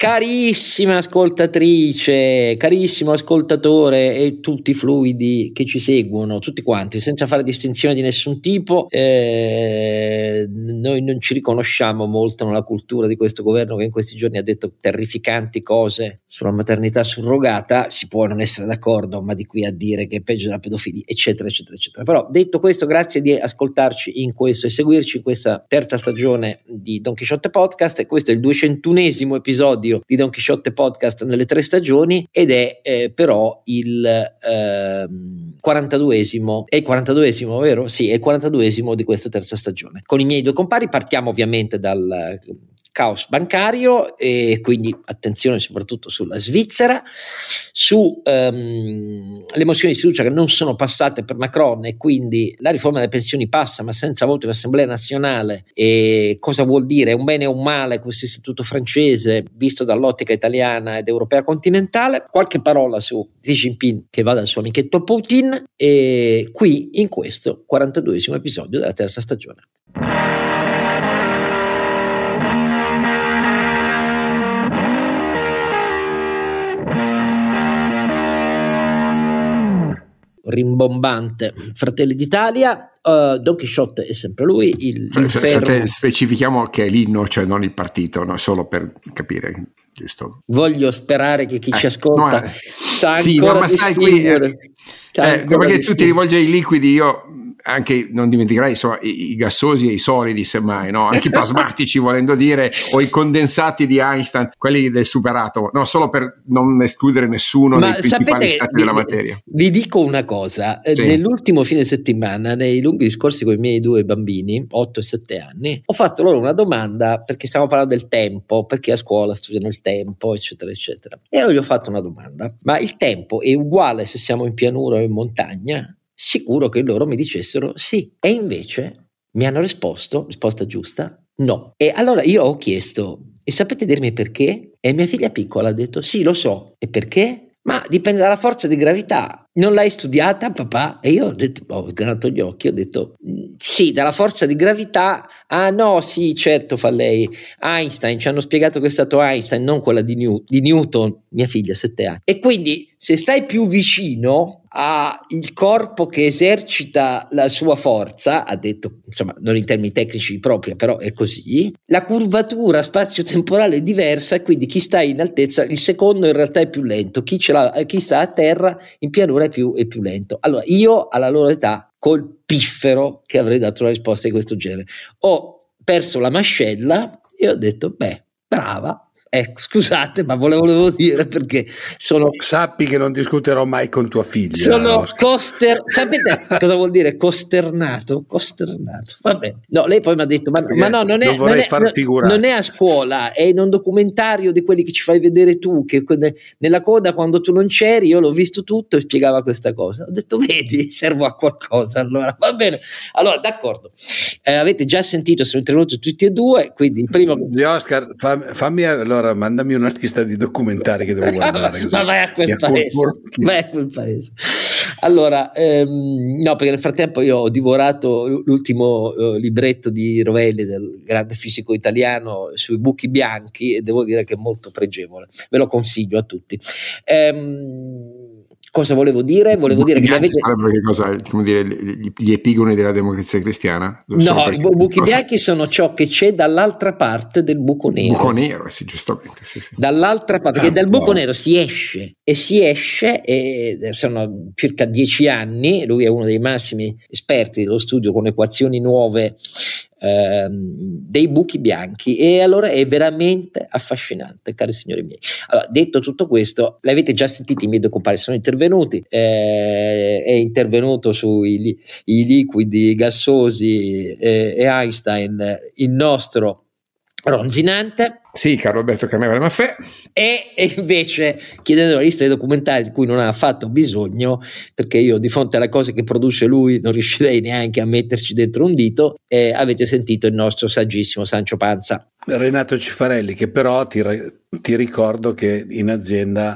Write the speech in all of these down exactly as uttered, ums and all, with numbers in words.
Carissima ascoltatrice, carissimo ascoltatore e tutti i fluidi che ci seguono, tutti quanti, senza fare distinzione di nessun tipo, eh, noi non ci riconosciamo molto nella cultura di questo governo che in questi giorni ha detto terrificanti cose sulla maternità surrogata. Si può non essere d'accordo, ma di qui a dire che è peggio della pedofilia, eccetera, eccetera, eccetera. Però detto questo, grazie di ascoltarci in questo e seguirci in questa terza stagione di Don Chisciotte Podcast, e questo è il duecentunesimo episodio di Don Chisciotte Podcast nelle tre stagioni, ed è eh, però il eh, quarantaduesimo, è il quarantaduesimo, vero? Sì, è il quarantaduesimo di questa terza stagione. Con i miei due compari partiamo ovviamente dal caos bancario, e quindi attenzione soprattutto sulla Svizzera, su um, le mozioni di sfiducia che non sono passate per Macron, e quindi la riforma delle pensioni passa ma senza voto in Assemblea nazionale. E cosa vuol dire? È un bene o un male questo istituto francese visto dall'ottica italiana ed europea continentale? Qualche parola su Xi Jinping che va dal suo amichetto Putin, e qui in questo quarantaduesimo episodio della terza stagione. Rimbombante Fratelli d'Italia, uh, Don Chisciotte è sempre lui, il, il ferro... Specifichiamo che è l'inno, cioè non il partito, no? Solo per capire, giusto? Voglio sperare che chi eh, ci ascolta no, sa sì, ancora no, ma sai qui eh, eh, perché tu ti rivolgi ai liquidi, io anche non dimenticherai insomma i, i gassosi e i solidi, semmai, no? Anche i plasmatici volendo dire, o i condensati di Einstein, quelli del superato, no, solo per non escludere nessuno ma dei principali stati vi, della materia. Vi dico una cosa, sì. Nell'ultimo fine settimana, nei lunghi discorsi con i miei due bambini, otto e sette anni, ho fatto loro una domanda, perché stiamo parlando del tempo, perché a scuola studiano il tempo, eccetera eccetera, e allora gli ho fatto una domanda: ma il tempo è uguale se siamo in pianura o in montagna? Sicuro che loro mi dicessero sì, e invece mi hanno risposto, risposta giusta, no. E allora io ho chiesto: e sapete dirmi perché? E mia figlia piccola ha detto sì, lo so. E perché? Ma dipende dalla forza di gravità. Non l'hai studiata, papà? E io ho detto, ho sgranato gli occhi, ho detto sì, dalla forza di gravità. Ah no, sì, certo, fa lei. Einstein, ci hanno spiegato che è stato Einstein, non quella di, New- di Newton, mia figlia, sette anni. E quindi se stai più vicino a il corpo che esercita la sua forza, ha detto, insomma, non in termini tecnici propria, però è così, la curvatura spazio-temporale è diversa, e quindi chi sta in altezza, il secondo in realtà è più lento, chi, ce l'ha, chi sta a terra in pianura è più, è più lento. Allora io alla loro età, col piffero che avrei dato una risposta di questo genere, ho perso la mascella e ho detto beh, brava. Ecco, scusate, ma volevo dire perché sono... Sappi che non discuterò mai con tua figlia. Sono coster... Sapete cosa vuol dire costernato? Costernato. Va bene. No, lei poi mi ha detto, ma, ma no, non è, non vorrei non, è, far figurare. Non è a scuola, è in un documentario di quelli che ci fai vedere tu, che nella coda quando tu non c'eri, io l'ho visto tutto e spiegava questa cosa. Ho detto, vedi, servo a qualcosa, allora va bene. Allora, d'accordo. Eh, avete già sentito, sono intervenuti tutti e due, quindi il primo... Zio Oscar, fammi, fammi allora mandami una lista di documentari che devo guardare. Così. Ma vai a quel paese, vai a quel paese. Allora, ehm, no, perché nel frattempo io ho divorato l'ultimo eh, libretto di Rovelli, del grande fisico italiano, sui buchi bianchi, e devo dire che è molto pregevole, ve lo consiglio a tutti. Ehm, Cosa volevo dire? Volevo dire che li avete... Che cosa, come dire, gli, gli epigoni della Democrazia Cristiana? No, i buchi cosa... bianchi sono ciò che c'è dall'altra parte del buco nero. Buco nero, sì, giustamente. Sì, sì. Dall'altra parte, ah, perché dal buco wow. nero si esce, e si esce, e sono circa dieci anni, lui è uno dei massimi esperti dello studio con equazioni nuove dei buchi bianchi, e allora è veramente affascinante, cari signori miei. Allora, detto tutto questo, l'avete già sentito, i miei due compari sono intervenuti, eh, è intervenuto sui li, i liquidi gassosi eh, e Einstein, il nostro Ronzinante. Sì, Carlo Alberto Carnevale Maffè. E, e invece chiedendo la lista dei documentari di cui non ha affatto bisogno, perché io di fronte alle cose che produce lui non riuscirei neanche a metterci dentro un dito, eh, avete sentito il nostro saggissimo Sancio Panza. Renato Cifarelli, che però ti, ti ricordo che in azienda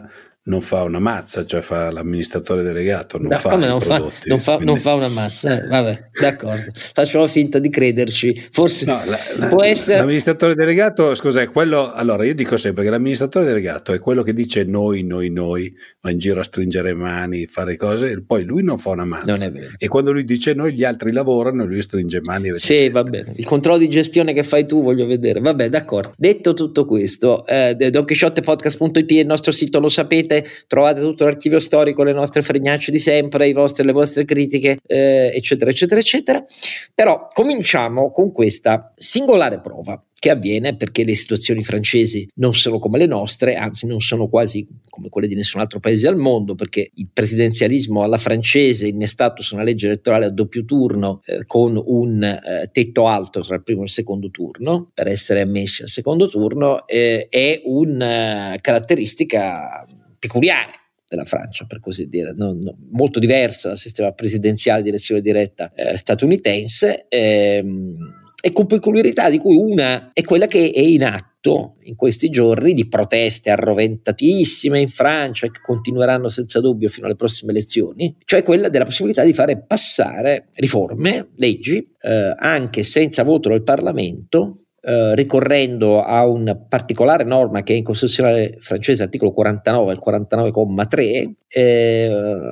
non fa una mazza, cioè fa l'amministratore delegato, non no, fa come i non prodotti. Fa, non, fa, quindi... non fa una mazza, eh, vabbè, d'accordo, facciamo finta di crederci, forse no, la, la, può essere... L'amministratore delegato, scusa, è quello, allora io dico sempre che l'amministratore delegato è quello che dice noi, noi, noi, va in giro a stringere mani, fare cose, e poi lui non fa una mazza. Non è vero. E quando lui dice noi, gli altri lavorano e lui stringe mani. E sì, va bene, il controllo di gestione che fai tu voglio vedere, vabbè, d'accordo. Detto tutto questo, eh, don chisciotte podcast punto it è il nostro sito, lo sapete, trovate tutto l'archivio storico, le nostre fregnacce di sempre, i vostri, le vostre critiche, eh, eccetera, eccetera, eccetera. Però cominciamo con questa singolare prova che avviene perché le situazioni francesi non sono come le nostre, anzi non sono quasi come quelle di nessun altro paese al mondo, perché il presidenzialismo alla francese, innestato su una legge elettorale a doppio turno, eh, con un eh, tetto alto tra il primo e il secondo turno, per essere ammessi al secondo turno, eh, è una uh, caratteristica peculiare della Francia, per così dire, non, non, molto diversa dal sistema presidenziale di elezione diretta eh, statunitense, ehm, e con peculiarità di cui una è quella che è in atto in questi giorni di proteste arroventatissime in Francia che continueranno senza dubbio fino alle prossime elezioni, cioè quella della possibilità di fare passare riforme, leggi, eh, anche senza voto del Parlamento, Uh, ricorrendo a una particolare norma che è in Costituzione francese, articolo quarantanove, il quarantanove comma tre, eh,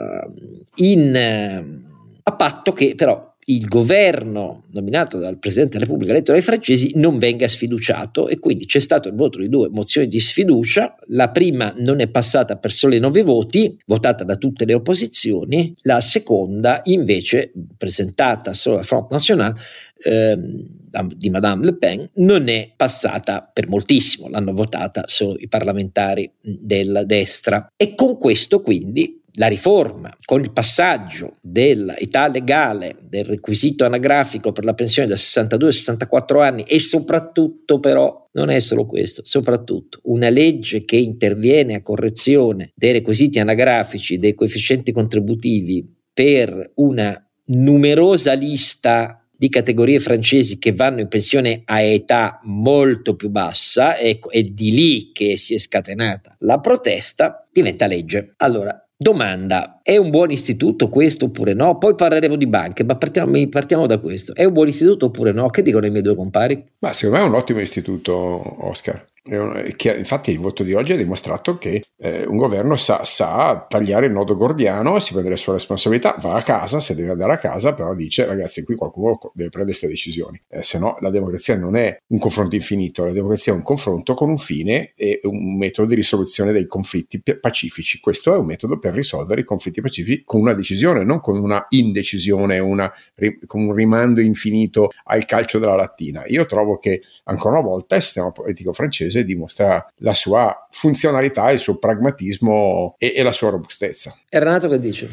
in, eh, a patto che però il governo nominato dal Presidente della Repubblica eletto dai francesi non venga sfiduciato, e quindi c'è stato il voto di due mozioni di sfiducia. La prima non è passata per soli nove voti, votata da tutte le opposizioni, la seconda invece, presentata solo dal Front National ehm, di Madame Le Pen, non è passata per moltissimo, l'hanno votata solo i parlamentari della destra, e con questo quindi la riforma, con il passaggio dell'età legale del requisito anagrafico per la pensione da sessantadue a sessantaquattro anni, e soprattutto però non è solo questo, soprattutto una legge che interviene a correzione dei requisiti anagrafici, dei coefficienti contributivi per una numerosa lista di categorie francesi che vanno in pensione a età molto più bassa, e è di lì che si è scatenata la protesta, diventa legge. Allora, domanda: è un buon istituto questo oppure no? Poi parleremo di banche, ma partiamo, partiamo da questo. È un buon istituto oppure no? Che dicono i miei due compari? Ma secondo me è un ottimo istituto, Oscar. Che, infatti il voto di oggi ha dimostrato che eh, un governo sa, sa tagliare il nodo gordiano, si prende le sue responsabilità, va a casa, se deve andare a casa, però dice: ragazzi, qui qualcuno deve prendere queste decisioni, eh, se no la democrazia non è un confronto infinito, la democrazia è un confronto con un fine e un metodo di risoluzione dei conflitti pacifici. Questo è un metodo per risolvere i conflitti pacifici con una decisione, non con una indecisione, una, con un rimando infinito al calcio della lattina. Io trovo che ancora una volta il sistema politico francese dimostra la sua funzionalità, il suo pragmatismo e, e la sua robustezza. E Renato che dice?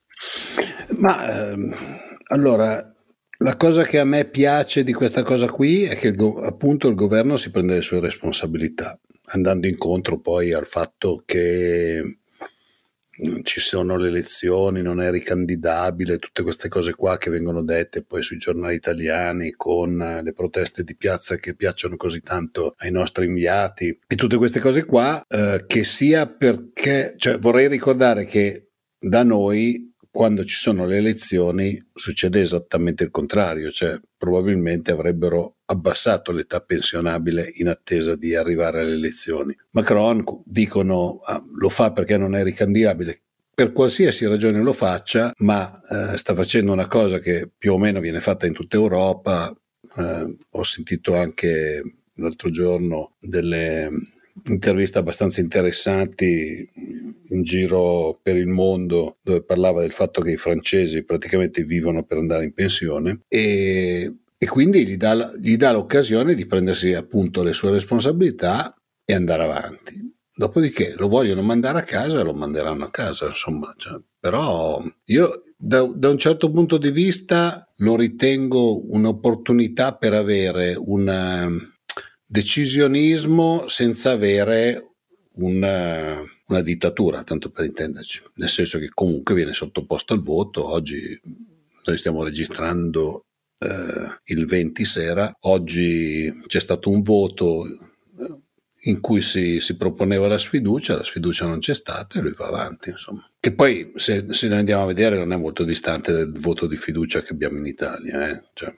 Ma ehm, allora, la cosa che a me piace di questa cosa qui è che il go- appunto il governo si prende le sue responsabilità, andando incontro poi al fatto che ci sono le elezioni, non è ricandidabile, tutte queste cose qua che vengono dette poi sui giornali italiani con le proteste di piazza che piacciono così tanto ai nostri inviati, e tutte queste cose qua, eh, che sia perché, cioè vorrei ricordare che da noi quando ci sono le elezioni succede esattamente il contrario, cioè probabilmente avrebbero abbassato l'età pensionabile in attesa di arrivare alle elezioni. Macron, dicono, ah, lo fa perché non è ricandidabile. Per qualsiasi ragione lo faccia, ma eh, sta facendo una cosa che più o meno viene fatta in tutta Europa. Eh, ho sentito anche l'altro giorno delle interviste abbastanza interessanti in giro per il mondo, dove parlava del fatto che i francesi praticamente vivono per andare in pensione, e, e quindi gli dà, gli dà l'occasione di prendersi appunto le sue responsabilità e andare avanti. Dopodiché lo vogliono mandare a casa, lo manderanno a casa, insomma, cioè, però io da, da un certo punto di vista lo ritengo un'opportunità per avere un decisionismo senza avere una, una dittatura, tanto per intenderci, nel senso che comunque viene sottoposto al voto. Oggi noi stiamo registrando eh, il venti sera, oggi c'è stato un voto in cui si, si proponeva la sfiducia, la sfiducia non c'è stata e lui va avanti, insomma. Che poi, se, se noi andiamo a vedere, non è molto distante dal voto di fiducia che abbiamo in Italia, eh? Cioè,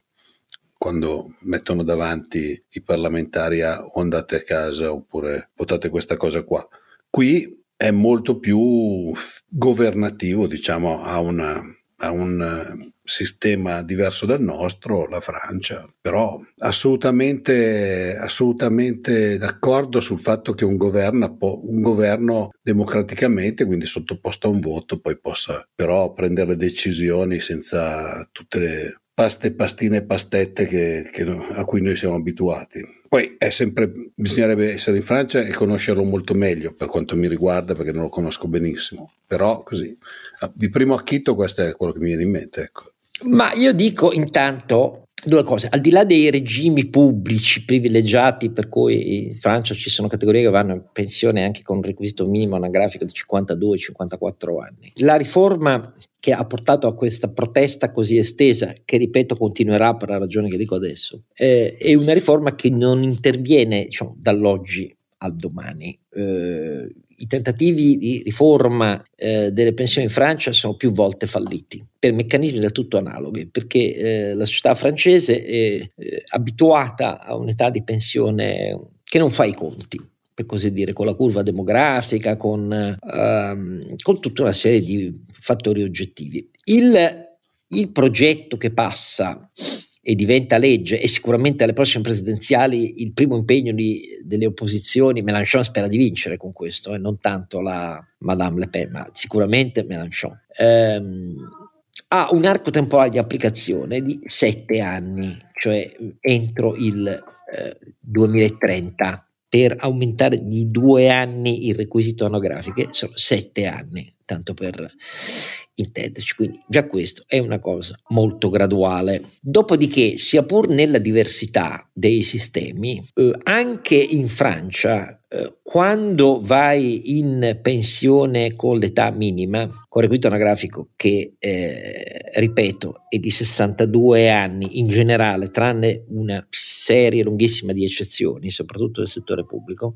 quando mettono davanti i parlamentari a o andate a casa oppure votate questa cosa qua. Qui è molto più governativo, diciamo, ha una, ha un sistema diverso dal nostro, la Francia, però assolutamente, assolutamente d'accordo sul fatto che un governo, un governo democraticamente, quindi sottoposto a un voto, poi possa però prendere le decisioni senza tutte le paste, pastine e pastette che, che, a cui noi siamo abituati. Poi è sempre, bisognerebbe essere in Francia e conoscerlo molto meglio per quanto mi riguarda, perché non lo conosco benissimo, però così di primo acchito questo è quello che mi viene in mente, ecco. Ma io dico intanto due cose: al di là dei regimi pubblici privilegiati per cui in Francia ci sono categorie che vanno in pensione anche con un requisito minimo anagrafico di cinquantadue cinquantaquattro anni, la riforma che ha portato a questa protesta così estesa, che ripeto continuerà per la ragione che dico adesso, eh, è una riforma che non interviene, diciamo, dall'oggi al domani. Eh, I tentativi di riforma eh, delle pensioni in Francia sono più volte falliti per meccanismi del tutto analoghi, perché eh, la società francese è eh, abituata a un'età di pensione che non fa i conti, per così dire, con la curva demografica, con, ehm, con tutta una serie di fattori oggettivi. Il, il progetto che passa e diventa legge, e sicuramente alle prossime presidenziali il primo impegno di, delle opposizioni, Mélenchon spera di vincere con questo, e eh, non tanto la Madame Le Pen, ma sicuramente Mélenchon, ehm, ha un arco temporale di applicazione di sette anni, cioè entro il eh, duemilatrenta, per aumentare di due anni il requisito anagrafico, sono sette anni, tanto per intenderci, quindi già questo è una cosa molto graduale. Dopodiché, sia pur nella diversità dei sistemi, eh, anche in Francia, eh, quando vai in pensione con l'età minima, con requisito anagrafico che, eh, ripeto, è di sessantadue anni in generale, tranne una serie lunghissima di eccezioni, soprattutto nel settore pubblico,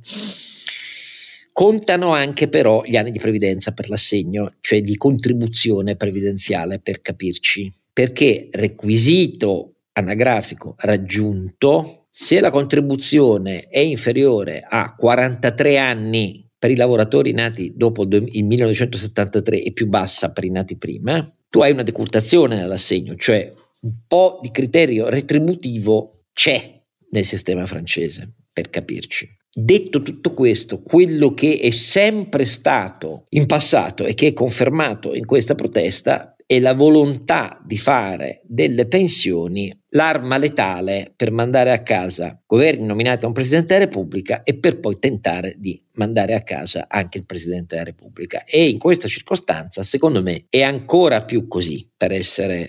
contano anche però gli anni di previdenza per l'assegno, cioè di contribuzione previdenziale, per capirci, perché requisito anagrafico raggiunto, se la contribuzione è inferiore a quarantatré anni per i lavoratori nati dopo il millenovecentosettantatré e più bassa per i nati prima, tu hai una decurtazione nell'assegno, cioè un po' di criterio retributivo c'è nel sistema francese, per capirci. Detto tutto questo, quello che è sempre stato in passato e che è confermato in questa protesta è la volontà di fare delle pensioni l'arma letale per mandare a casa governi nominati da un Presidente della Repubblica e per poi tentare di mandare a casa anche il Presidente della Repubblica. E in questa circostanza, secondo me, è ancora più così, per essere...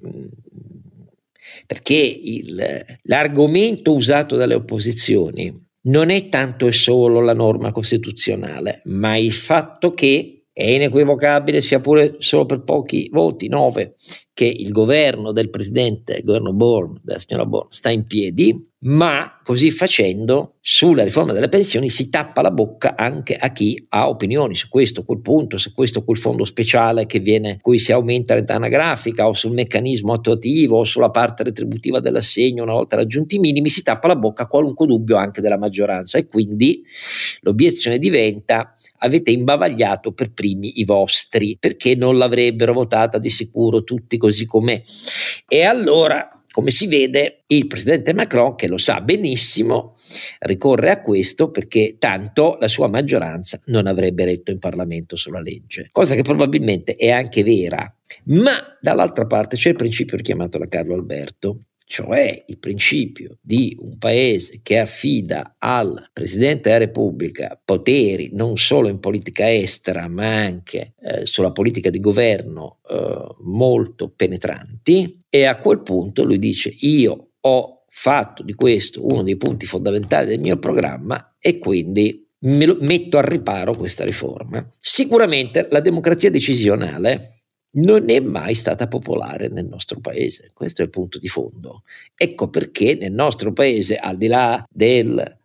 perché il, l'argomento usato dalle opposizioni non è tanto e solo la norma costituzionale, ma il fatto che è inequivocabile, sia pure solo per pochi voti, nove, che il governo del presidente, il governo Borne, della signora Borne, sta in piedi, ma così facendo sulla riforma delle pensioni si tappa la bocca anche a chi ha opinioni su questo, quel punto, su questo, quel fondo speciale che viene, cui si aumenta l'età anagrafica, o sul meccanismo attuativo, o sulla parte retributiva dell'assegno una volta raggiunti i minimi. Si tappa la bocca a qualunque dubbio anche della maggioranza, e quindi l'obiezione diventa: avete imbavagliato per primi i vostri, perché non l'avrebbero votata di sicuro tutti così com'è. E allora, come si vede, il presidente Macron, che lo sa benissimo, ricorre a questo perché tanto la sua maggioranza non avrebbe eletto in Parlamento sulla legge, cosa che probabilmente è anche vera. Ma dall'altra parte c'è il principio richiamato da Carlo Alberto, cioè il principio di un paese che affida al Presidente della Repubblica poteri non solo in politica estera ma anche eh, sulla politica di governo eh, molto penetranti. E a quel punto lui dice: io ho fatto di questo uno dei punti fondamentali del mio programma e quindi me lo metto al riparo questa riforma. Sicuramente la democrazia decisionale non è mai stata popolare nel nostro paese, questo è il punto di fondo. Ecco perché nel nostro paese, al di là del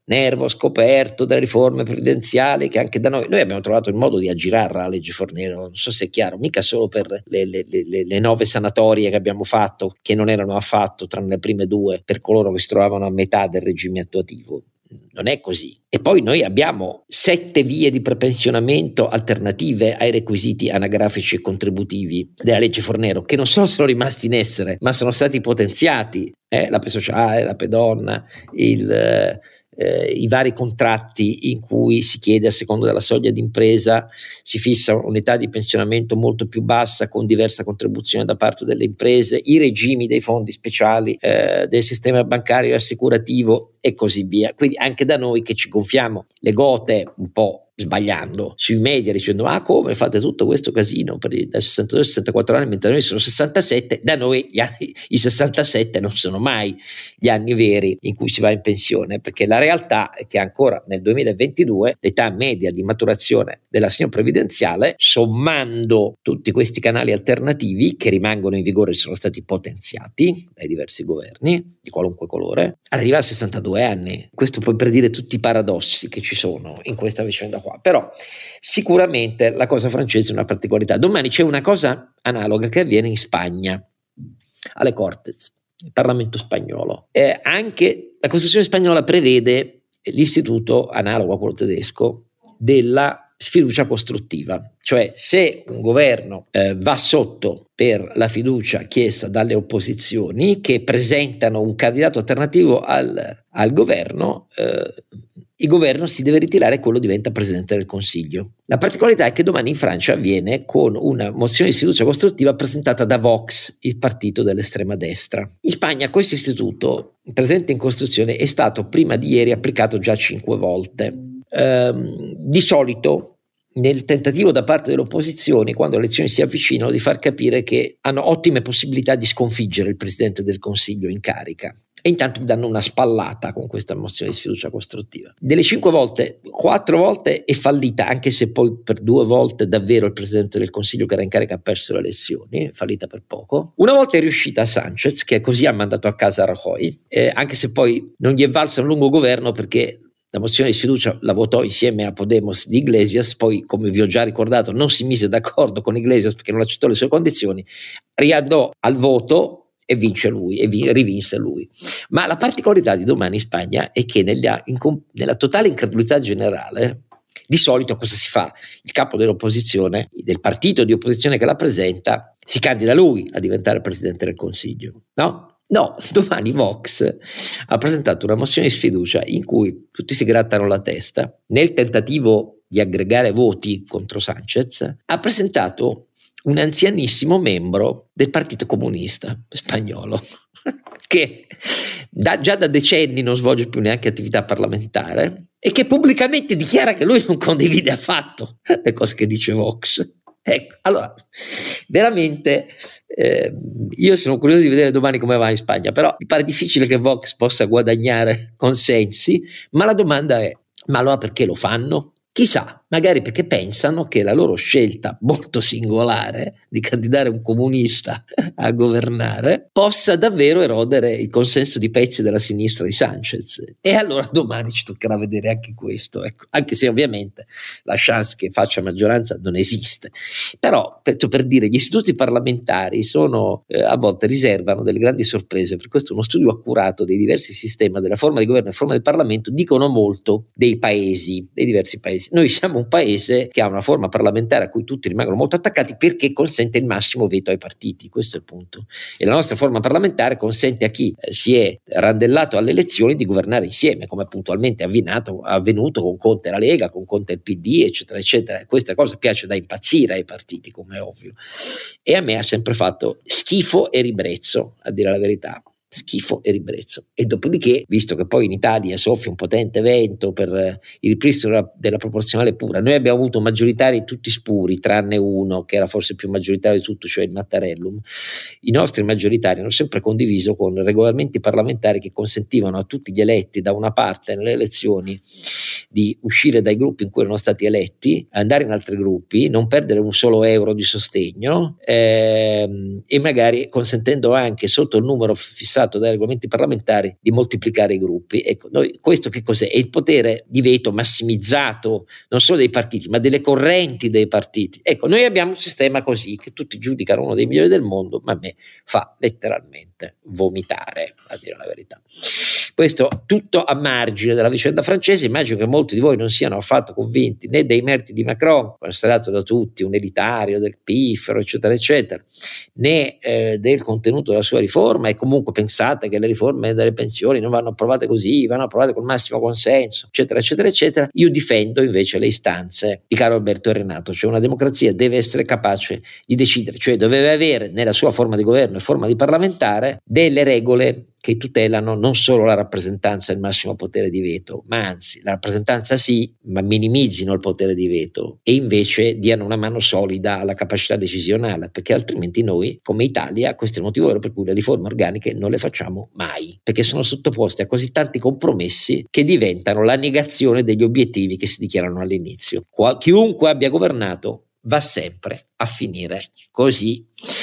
nervo scoperto delle riforme previdenziali che anche da noi, noi abbiamo trovato il modo di aggirarla la legge Fornero, non so se è chiaro, mica solo per le, le, le, le nove sanatorie che abbiamo fatto, che non erano affatto, tranne le prime due, per coloro che si trovavano a metà del regime attuativo. Non è così. E poi noi abbiamo sette vie di prepensionamento alternative ai requisiti anagrafici e contributivi della legge Fornero, che non solo sono rimasti in essere, ma sono stati potenziati. Eh, la P sociale, la P donna, il, eh, eh, i vari contratti in cui si chiede, a seconda della soglia di impresa, si fissa un'età di pensionamento molto più bassa con diversa contribuzione da parte delle imprese, i regimi dei fondi speciali eh, del sistema bancario e assicurativo e così via. Quindi anche da noi che ci gonfiamo le gote un po' sbagliando sui media dicendo ah come fate tutto questo casino per i sessantadue sessantaquattro anni mentre noi sono sessantasette, da noi gli anni, i sessantasette non sono mai gli anni veri in cui si va in pensione, perché la realtà è che ancora nel duemilaventidue l'età media di maturazione dell'assegno previdenziale, sommando tutti questi canali alternativi che rimangono in vigore e sono stati potenziati dai diversi governi di qualunque colore, arriva a sessantadue anni. Questo poi per dire tutti i paradossi che ci sono in questa vicenda qua. Però sicuramente la cosa francese è una particolarità. Domani c'è una cosa analoga che avviene in Spagna, alle Cortes, il Parlamento spagnolo. Eh, anche la Costituzione spagnola prevede l'istituto analogo a quello tedesco della sfiducia costruttiva, cioè se un governo eh, va sotto per la fiducia chiesta dalle opposizioni che presentano un candidato alternativo al, al governo, eh, il governo si deve ritirare e quello diventa presidente del Consiglio. La particolarità è che domani in Francia avviene con una mozione di sfiducia costruttiva presentata da Vox, il partito dell'estrema destra. In Spagna questo istituto, presente in Costituzione, è stato prima di ieri applicato già cinque volte. Ehm, di solito nel tentativo da parte delle opposizioni, quando le elezioni si avvicinano, di far capire che hanno ottime possibilità di sconfiggere il presidente del Consiglio in carica. E intanto mi danno una spallata con questa mozione di sfiducia costruttiva. Delle cinque volte, quattro volte è fallita, anche se poi per due volte davvero il presidente del Consiglio che era in carica ha perso le elezioni, è fallita per poco. Una volta è riuscita a Sánchez, che così ha mandato a casa Rajoy, eh, anche se poi non gli è valsa un lungo governo perché la mozione di sfiducia la votò insieme a Podemos di Iglesias, poi come vi ho già ricordato non si mise d'accordo con Iglesias perché non accettò le sue condizioni, riandò al voto e vince lui, e vi, rivinse lui. Ma la particolarità di domani in Spagna è che neglia, in, nella totale incredulità generale, di solito cosa si fa? Il capo dell'opposizione, del partito di opposizione che la presenta, si candida lui a diventare presidente del Consiglio, no? No, domani Vox ha presentato una mozione di sfiducia in cui tutti si grattano la testa, nel tentativo di aggregare voti contro Sánchez, ha presentato un anzianissimo membro del Partito Comunista spagnolo che da, già da decenni non svolge più neanche attività parlamentare e che pubblicamente dichiara che lui non condivide affatto le cose che dice Vox. Ecco, allora veramente eh, io sono curioso di vedere domani come va in Spagna, però mi pare difficile che Vox possa guadagnare consensi, ma la domanda è: ma allora perché lo fanno? Chissà, magari perché pensano che la loro scelta molto singolare di candidare un comunista a governare possa davvero erodere il consenso di pezzi della sinistra di Sánchez. E allora domani ci toccherà vedere anche questo, ecco. Anche se ovviamente la chance che faccia maggioranza non esiste. Però, per, per dire, gli istituti parlamentari sono eh, a volte riservano delle grandi sorprese, per questo uno studio accurato dei diversi sistemi della forma di governo e forma del Parlamento dicono molto dei paesi, dei diversi paesi. Noi siamo un paese che ha una forma parlamentare a cui tutti rimangono molto attaccati perché consente il massimo veto ai partiti, questo è il punto. E la nostra forma parlamentare consente a chi eh, si è randellato alle elezioni di governare insieme, come puntualmente è avvenuto, avvenuto con Conte e la Lega, con Conte e il P D, eccetera, eccetera. Questa cosa piace da impazzire ai partiti, come è ovvio. E a me ha sempre fatto schifo e ribrezzo, a dire la verità. Schifo e ribrezzo. E dopodiché, visto che poi in Italia soffia un potente vento per il ripristino della, della proporzionale pura, noi abbiamo avuto maggioritari tutti spuri, tranne uno che era forse più maggioritario di tutto, cioè il Mattarellum. I nostri maggioritari hanno sempre condiviso con regolamenti parlamentari che consentivano a tutti gli eletti da una parte nelle elezioni di uscire dai gruppi in cui erano stati eletti, andare in altri gruppi, non perdere un solo euro di sostegno ehm, e magari consentendo anche sotto il numero fissato pensato dai regolamenti parlamentari di moltiplicare i gruppi. Ecco, noi, questo che cos'è? È il potere di veto massimizzato non solo dei partiti ma delle correnti dei partiti. Ecco, noi abbiamo un sistema così che tutti giudicano uno dei migliori del mondo, ma a me fa letteralmente vomitare, a dire la verità. Questo tutto a margine della vicenda francese. Immagino che molti di voi non siano affatto convinti né dei meriti di Macron, considerato da tutti un elitario del piffero eccetera eccetera, né eh, del contenuto della sua riforma, e comunque pensate che le riforme delle pensioni non vanno approvate così, vanno approvate col massimo consenso eccetera eccetera eccetera. Io difendo invece le istanze di Carlo Alberto e Renato, cioè una democrazia deve essere capace di decidere, cioè doveva avere nella sua forma di governo e forma di parlamentare delle regole che tutelano non solo la rappresentanza e il massimo potere di veto, ma anzi la rappresentanza sì, ma minimizzino il potere di veto e invece diano una mano solida alla capacità decisionale, perché altrimenti noi come Italia, questo è il motivo per cui le riforme organiche non le facciamo mai, perché sono sottoposte a così tanti compromessi che diventano la negazione degli obiettivi che si dichiarano all'inizio. Qua, chiunque abbia governato va sempre a finire così.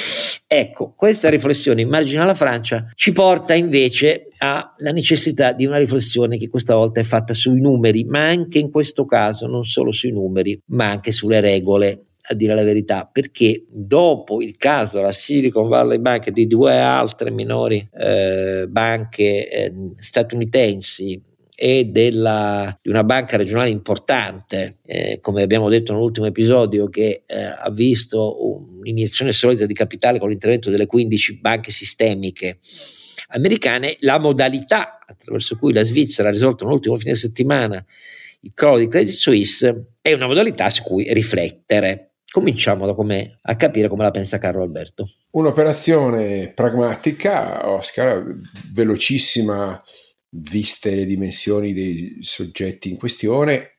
Ecco, questa riflessione in margine alla Francia ci porta invece alla necessità di una riflessione che questa volta è fatta sui numeri, ma anche in questo caso non solo sui numeri, ma anche sulle regole, a dire la verità, perché dopo il caso della Silicon Valley Bank e di due altre minori eh, banche eh, statunitensi e della, di una banca regionale importante, eh, come abbiamo detto nell'ultimo episodio, che eh, ha visto un'iniezione solida di capitale con l'intervento delle quindici banche sistemiche americane, la modalità attraverso cui la Svizzera ha risolto nell'ultimo fine settimana il crollo di Credit Suisse è una modalità su cui riflettere. Cominciamo da come, a capire come la pensa Carlo Alberto. Un'operazione pragmatica, Oscar, velocissima viste le dimensioni dei soggetti in questione,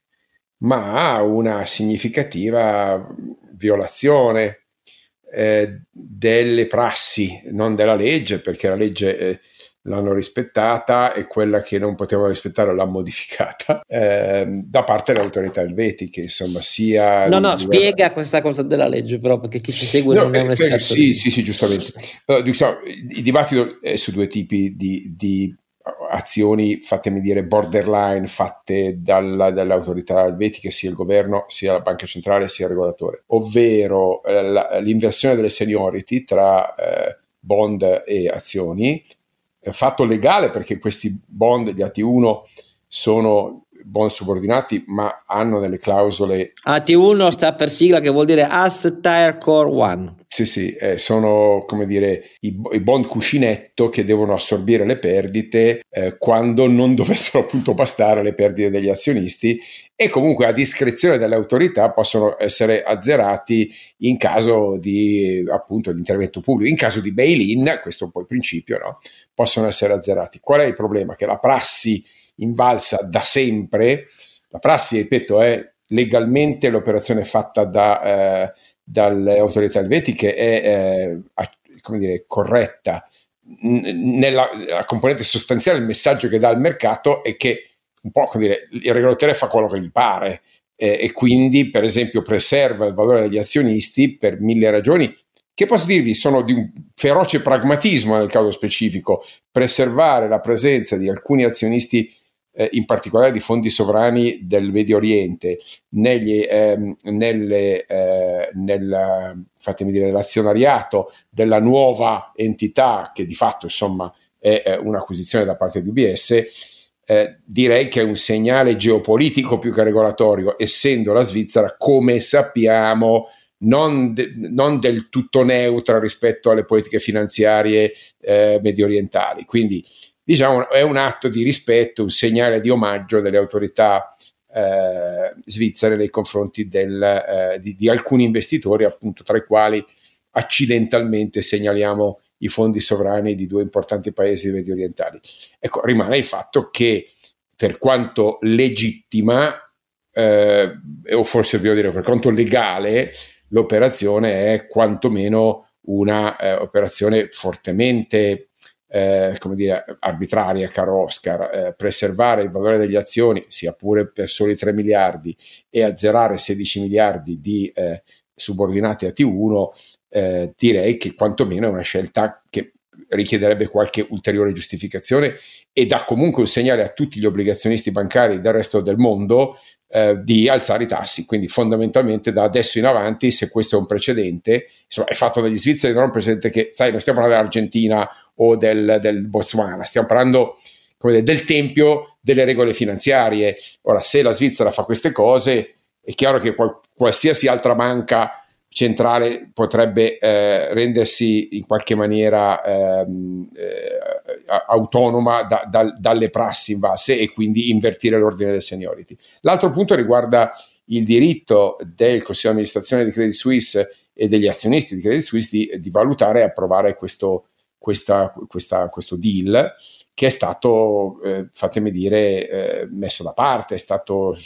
ma una significativa violazione eh, delle prassi, non della legge, perché la legge eh, l'hanno rispettata e quella che non potevano rispettare l'ha modificata eh, da parte delle autorità elvetiche, insomma, sia no no spiega questa cosa della legge, però, perché chi ci segue no, non è un esperto. Sì, di... sì, sì, giustamente. Uh, diciamo, il dibattito è su due tipi di, di azioni, fatemi dire, borderline, fatte dalla, dalle autorità elvetiche, sia il governo, sia la banca centrale, sia il regolatore, ovvero eh, la, l'inversione delle seniority tra eh, bond e azioni, eh, fatto legale, perché questi bond, gli A T uno, sono bond subordinati, ma hanno delle clausole. A T uno sta per sigla, che vuol dire Asset Tier Core One. Sì, sì, eh, sono, come dire, i, i bond cuscinetto che devono assorbire le perdite eh, quando non dovessero appunto bastare le perdite degli azionisti, e comunque a discrezione delle autorità possono essere azzerati in caso di appunto di intervento pubblico. In caso di bail-in, questo è un po' il principio, no? Possono essere azzerati. Qual è il problema? Che la prassi invalsa da sempre, la prassi, ripeto, è legalmente l'operazione fatta da eh, dalle autorità elvetiche è eh, come dire, corretta. Nella la componente sostanziale, il messaggio che dà al mercato è che un po', come dire, il regolatore fa quello che gli pare eh, e quindi per esempio preserva il valore degli azionisti per mille ragioni che, posso dirvi, sono di un feroce pragmatismo nel caso specifico. Preservare la presenza di alcuni azionisti, Eh, in particolare di fondi sovrani del Medio Oriente, negli, ehm, nelle, eh, nel, fatemi dire, nell'azionariato della nuova entità, che di fatto insomma è eh, un'acquisizione da parte di U B S, eh, direi che è un segnale geopolitico più che regolatorio, essendo la Svizzera, come sappiamo, non, de- non del tutto neutra rispetto alle politiche finanziarie eh, medio orientali. Quindi diciamo è un atto di rispetto, un segnale di omaggio delle autorità eh, svizzere nei confronti del, eh, di, di alcuni investitori, appunto, tra i quali accidentalmente segnaliamo i fondi sovrani di due importanti paesi medio orientali. Ecco, rimane il fatto che, per quanto legittima, eh, o forse devo dire per quanto legale, l'operazione è quantomeno una eh, operazione fortemente Eh, come dire, arbitraria, caro Oscar. Eh, preservare il valore degli azioni, sia pure per soli tre miliardi, e azzerare sedici miliardi di eh, subordinati a T uno, eh, direi che quantomeno è una scelta che richiederebbe qualche ulteriore giustificazione e dà comunque un segnale a tutti gli obbligazionisti bancari del resto del mondo eh, di alzare i tassi. Quindi fondamentalmente da adesso in avanti, se questo è un precedente, insomma, è fatto dagli svizzeri, non è un precedente che, sai, non stiamo parlando dell'Argentina o del, del Botswana, stiamo parlando come dire, del tempio delle regole finanziarie. Ora, se la Svizzera fa queste cose, è chiaro che qual- qualsiasi altra banca centrale potrebbe eh, rendersi in qualche maniera ehm, eh, autonoma da, da, dalle prassi in base e quindi invertire l'ordine del seniority. L'altro punto riguarda il diritto del Consiglio di amministrazione di Credit Suisse e degli azionisti di Credit Suisse di, di valutare e approvare questo, questa, questa, questo deal, che è stato, eh, fatemi dire, eh, messo da parte, è stato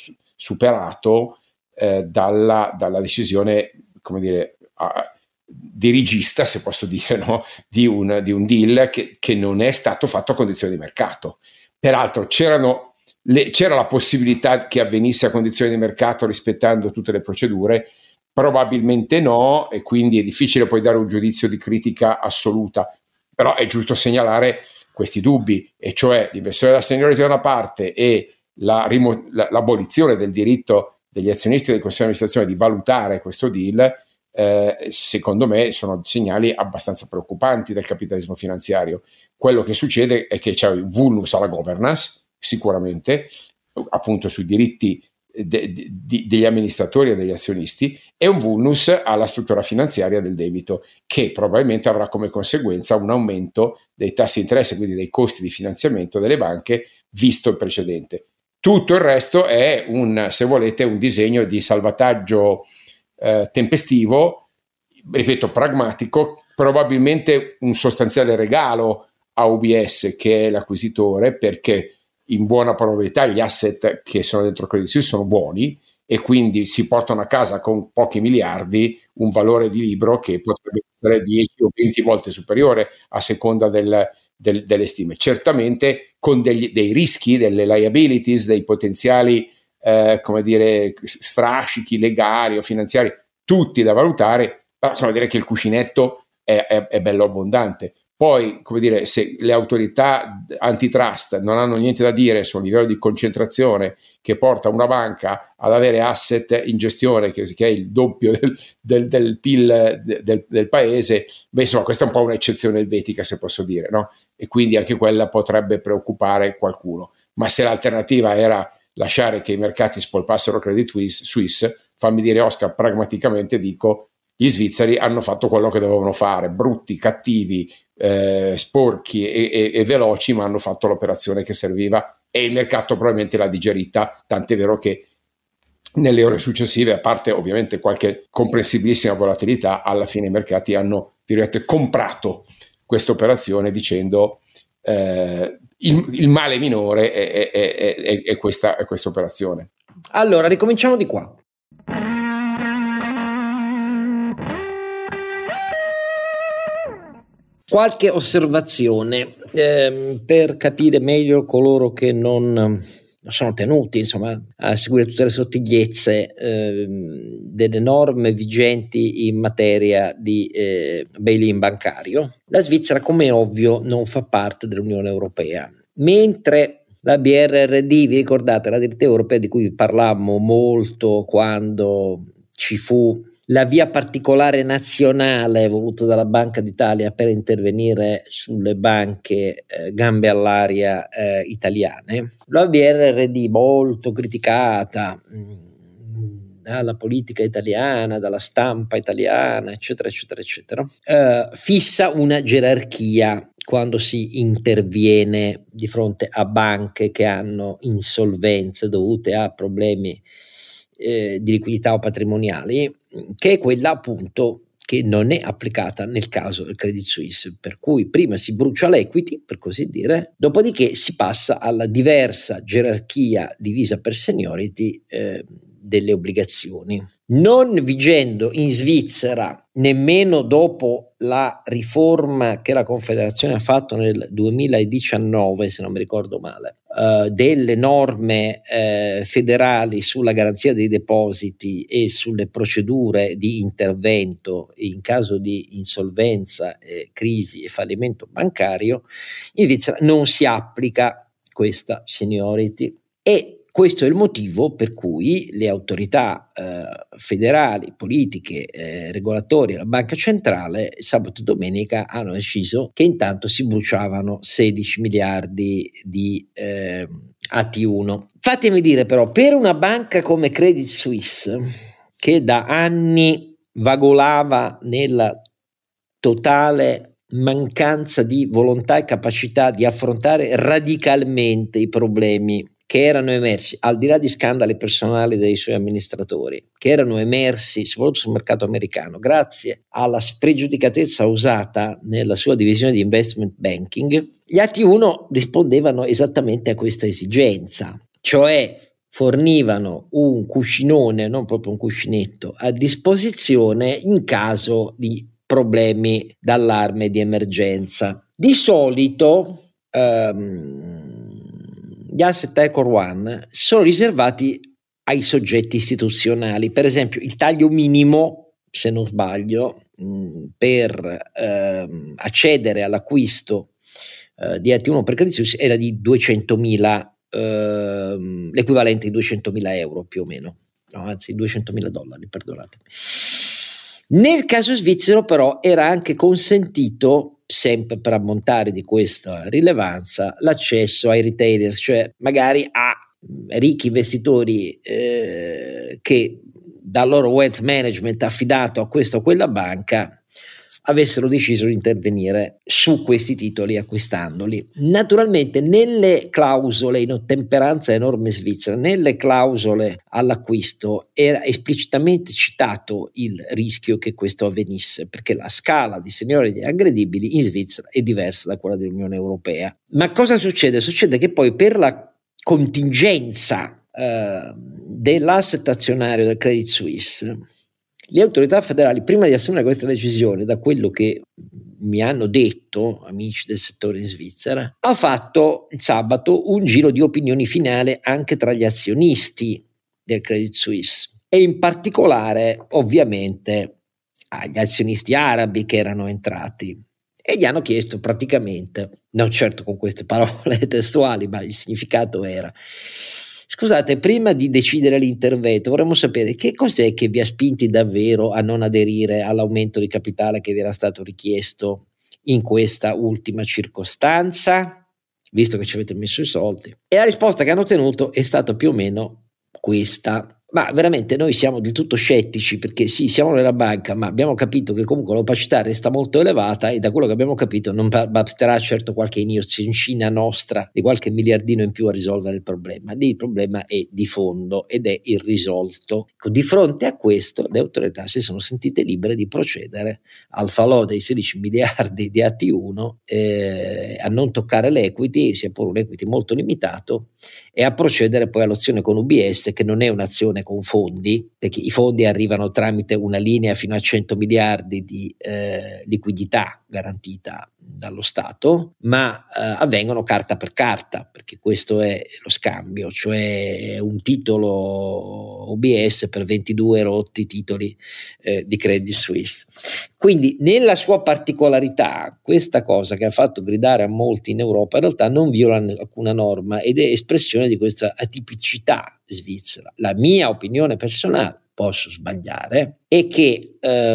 superato eh, dalla, dalla decisione, come dire, a, dirigista, se posso dire, no? di, un, di un deal che, che non è stato fatto a condizioni di mercato. Peraltro c'erano le, c'era la possibilità che avvenisse a condizioni di mercato rispettando tutte le procedure, probabilmente no, e quindi è difficile poi dare un giudizio di critica assoluta, però è giusto segnalare questi dubbi, e cioè l'inversione della seniority da una parte e la rimo- la, l'abolizione del diritto degli azionisti del Consiglio di amministrazione di valutare questo deal, eh, secondo me sono segnali abbastanza preoccupanti del capitalismo finanziario. Quello che succede è che c'è un vulnus alla governance, sicuramente, appunto sui diritti de- de- degli amministratori e degli azionisti, e un vulnus alla struttura finanziaria del debito, che probabilmente avrà come conseguenza un aumento dei tassi di interesse, quindi dei costi di finanziamento delle banche, visto il precedente. Tutto il resto è un, se volete, un disegno di salvataggio eh, tempestivo, ripeto, pragmatico, probabilmente un sostanziale regalo a U B S, che è l'acquisitore, perché in buona probabilità gli asset che sono dentro Credit Suisse sono buoni e quindi si portano a casa con pochi miliardi un valore di libro che potrebbe essere dieci o venti volte superiore a seconda del, del, delle stime. Certamente con degli, dei rischi, delle liabilities, dei potenziali eh, come dire, strascichi legali o finanziari, tutti da valutare, però insomma dire che il cuscinetto è, è, è bello abbondante. Poi, come dire, se le autorità antitrust non hanno niente da dire sul livello di concentrazione che porta una banca ad avere asset in gestione che, che è il doppio del, del, del P I L del, del paese, beh, insomma, questa è un po' un'eccezione elvetica, se posso dire, no? E quindi anche quella potrebbe preoccupare qualcuno. Ma se l'alternativa era lasciare che i mercati spolpassero Credit Suisse, fammi dire, Oscar, pragmaticamente dico, gli svizzeri hanno fatto quello che dovevano fare, brutti, cattivi, eh, sporchi e, e, e veloci, ma hanno fatto l'operazione che serviva e il mercato probabilmente l'ha digerita, tant'è vero che nelle ore successive, a parte ovviamente qualche comprensibilissima volatilità, alla fine i mercati hanno, direte, comprato questa operazione dicendo eh, il, il male minore è, è, è, è, è questa è questa operazione. Allora, ricominciamo di qua. Qualche osservazione ehm, per capire meglio coloro che non sono tenuti, insomma, a seguire tutte le sottigliezze ehm, delle norme vigenti in materia di eh, bail-in bancario. La Svizzera, come è ovvio, non fa parte dell'Unione Europea, mentre la B R R D, vi ricordate, la direttiva europea di cui parlammo molto quando ci fu la via particolare nazionale voluta dalla Banca d'Italia per intervenire sulle banche eh, gambe all'aria eh, italiane. La B R R D, molto criticata mh, dalla politica italiana, dalla stampa italiana, eccetera, eccetera, eccetera, eh, fissa una gerarchia quando si interviene di fronte a banche che hanno insolvenze dovute a problemi Eh, di liquidità o patrimoniali, che è quella appunto che non è applicata nel caso del Credit Suisse, per cui prima si brucia l'equity, per così dire, dopodiché si passa alla diversa gerarchia divisa per seniority eh, delle obbligazioni. Non vigendo in Svizzera nemmeno dopo la riforma che la Confederazione ha fatto nel duemiladiciannove, se non mi ricordo male, eh, delle norme eh, federali sulla garanzia dei depositi e sulle procedure di intervento in caso di insolvenza, eh, crisi e fallimento bancario, in Svizzera non si applica questa seniority, e questo è il motivo per cui le autorità eh, federali, politiche, eh, regolatorie, la banca centrale, sabato e domenica hanno deciso che intanto si bruciavano sedici miliardi di eh, A T uno. Fatemi dire però, per una banca come Credit Suisse, che da anni vagolava nella totale mancanza di volontà e capacità di affrontare radicalmente i problemi che erano emersi, al di là di scandali personali dei suoi amministratori, che erano emersi soprattutto sul mercato americano, grazie alla spregiudicatezza usata nella sua divisione di investment banking, gli A T uno rispondevano esattamente a questa esigenza, cioè fornivano un cuscinone, non proprio un cuscinetto, a disposizione in caso di problemi d'allarme, di emergenza. Di solito ehm, gli asset Icon One sono riservati ai soggetti istituzionali, per esempio il taglio minimo, se non sbaglio, mh, per ehm, accedere all'acquisto eh, di A T uno per Credit Suisse era di duecentomila, ehm, l'equivalente di duecentomila euro più o meno, no, anzi duecentomila dollari, perdonatemi. Nel caso svizzero però era anche consentito, sempre per ammontare di questa rilevanza, l'accesso ai retailers, cioè magari a ricchi investitori eh, che dal loro wealth management affidato a questa o quella banca avessero deciso di intervenire su questi titoli acquistandoli. Naturalmente nelle clausole in ottemperanza alle norme svizzere, nelle clausole all'acquisto era esplicitamente citato il rischio che questo avvenisse, perché la scala di seniority aggredibili in Svizzera è diversa da quella dell'Unione Europea. Ma cosa succede? Succede che poi per la contingenza eh, dell'asset azionario del Credit Suisse, le autorità federali, prima di assumere questa decisione, da quello che mi hanno detto amici del settore in Svizzera, ha fatto il sabato un giro di opinioni finale anche tra gli azionisti del Credit Suisse e in particolare ovviamente agli azionisti arabi che erano entrati, e gli hanno chiesto praticamente, non certo con queste parole testuali, ma il significato era: scusate, prima di decidere l'intervento vorremmo sapere che cos'è che vi ha spinti davvero a non aderire all'aumento di capitale che vi era stato richiesto in questa ultima circostanza, visto che ci avete messo i soldi. E la risposta che hanno ottenuto è stata più o meno questa: ma veramente noi siamo del tutto scettici, perché sì, siamo nella banca, ma abbiamo capito che comunque l'opacità resta molto elevata e da quello che abbiamo capito non basterà certo qualche inioncina nostra di qualche miliardino in più a risolvere il problema. Lì il problema è di fondo ed è irrisolto. Di fronte a questo le autorità si sono sentite libere di procedere al falò dei sedici miliardi di A T uno, eh, a non toccare l'equity, sia pure un equity molto limitato, e a procedere poi all'azione con U B S, che non è un'azione con fondi, perché i fondi arrivano tramite una linea fino a cento miliardi di eh, liquidità garantita dallo Stato, ma eh, avvengono carta per carta, perché questo è lo scambio, cioè un titolo U B S per ventidue rotti titoli eh, di Credit Suisse. Quindi nella sua particolarità questa cosa che ha fatto gridare a molti in Europa in realtà non viola alcuna norma ed è espressione di questa atipicità svizzera. La mia opinione personale, posso sbagliare, è che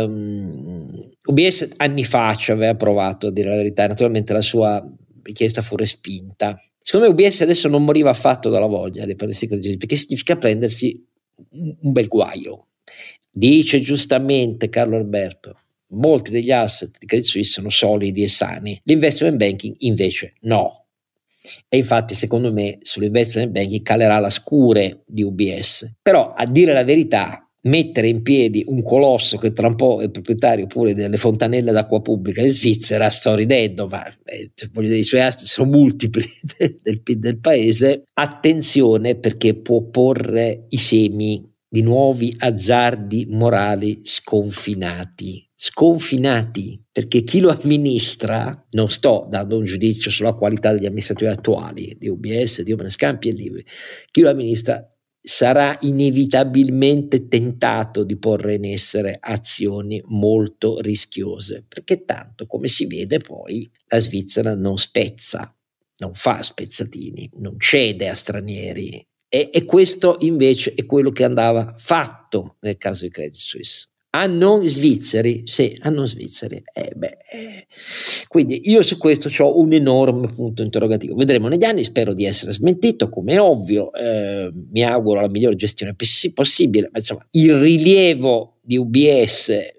um, U B S anni fa ci aveva provato, a dire la verità, naturalmente la sua richiesta fu respinta. Secondo me U B S adesso non moriva affatto dalla voglia di prendersi crediti, perché significa prendersi un, un bel guaio. Dice giustamente Carlo Alberto, molti degli asset di Credit Suisse sono solidi e sani, l'investment banking invece no. E infatti secondo me sull'investment banking calerà la scure di U B S. Però a dire la verità, mettere in piedi un colosso che tra un po' è proprietario pure delle fontanelle d'acqua pubblica in Svizzera, sto ridendo, ma eh, voglio dire, i suoi asset sono multipli del P I L del paese. Attenzione, perché può porre i semi di nuovi azzardi morali sconfinati. Sconfinati, perché chi lo amministra, non sto dando un giudizio sulla qualità degli amministratori attuali di U B S, di Open Scampi e Libri, chi lo amministra sarà inevitabilmente tentato di porre in essere azioni molto rischiose, perché tanto, come si vede, poi la Svizzera non spezza, non fa spezzatini, non cede a stranieri, e, e questo invece è quello che andava fatto nel caso di Credit Suisse. A non svizzeri, sì, a non svizzeri. Eh beh, eh. Quindi io su questo ho un enorme punto interrogativo. Vedremo negli anni, spero di essere smentito, come è ovvio. Eh, mi auguro la migliore gestione possibile, ma insomma il rilievo di U B S eh,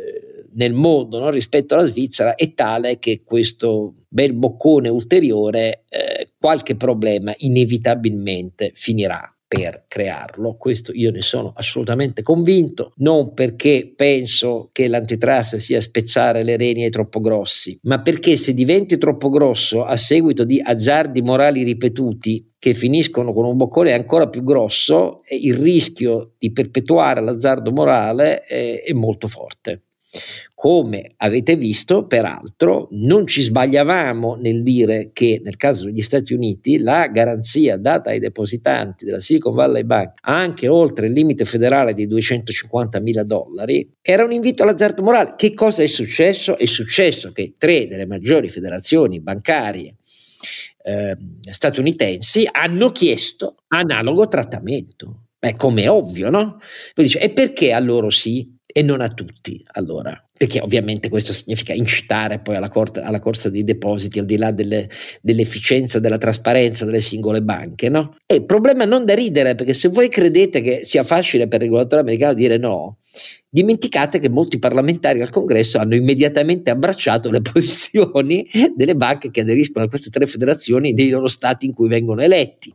nel mondo, no, rispetto alla Svizzera è tale che questo bel boccone ulteriore eh, qualche problema inevitabilmente finirà per crearlo. Questo io ne sono assolutamente convinto, non perché penso che l'antitrust sia spezzare le reni ai troppo grossi, ma perché se diventi troppo grosso a seguito di azzardi morali ripetuti che finiscono con un boccone ancora più grosso, il rischio di perpetuare l'azzardo morale è, è molto forte. Come avete visto, peraltro, non ci sbagliavamo nel dire che nel caso degli Stati Uniti la garanzia data ai depositanti della Silicon Valley Bank anche oltre il limite federale di duecentocinquantamila dollari era un invito all'azzardo morale. Che cosa è successo? È successo che tre delle maggiori federazioni bancarie eh, statunitensi hanno chiesto analogo trattamento. Beh, come è ovvio, no? Poi dice, e perché a loro sì e non a tutti? Allora, perché ovviamente questo significa incitare poi alla, corte, alla corsa dei depositi, al di là delle, dell'efficienza, della trasparenza delle singole banche, no? E il problema è non da ridere, perché se voi credete che sia facile per il regolatore americano dire no, dimenticate che molti parlamentari al Congresso hanno immediatamente abbracciato le posizioni delle banche che aderiscono a queste tre federazioni nei loro stati in cui vengono eletti.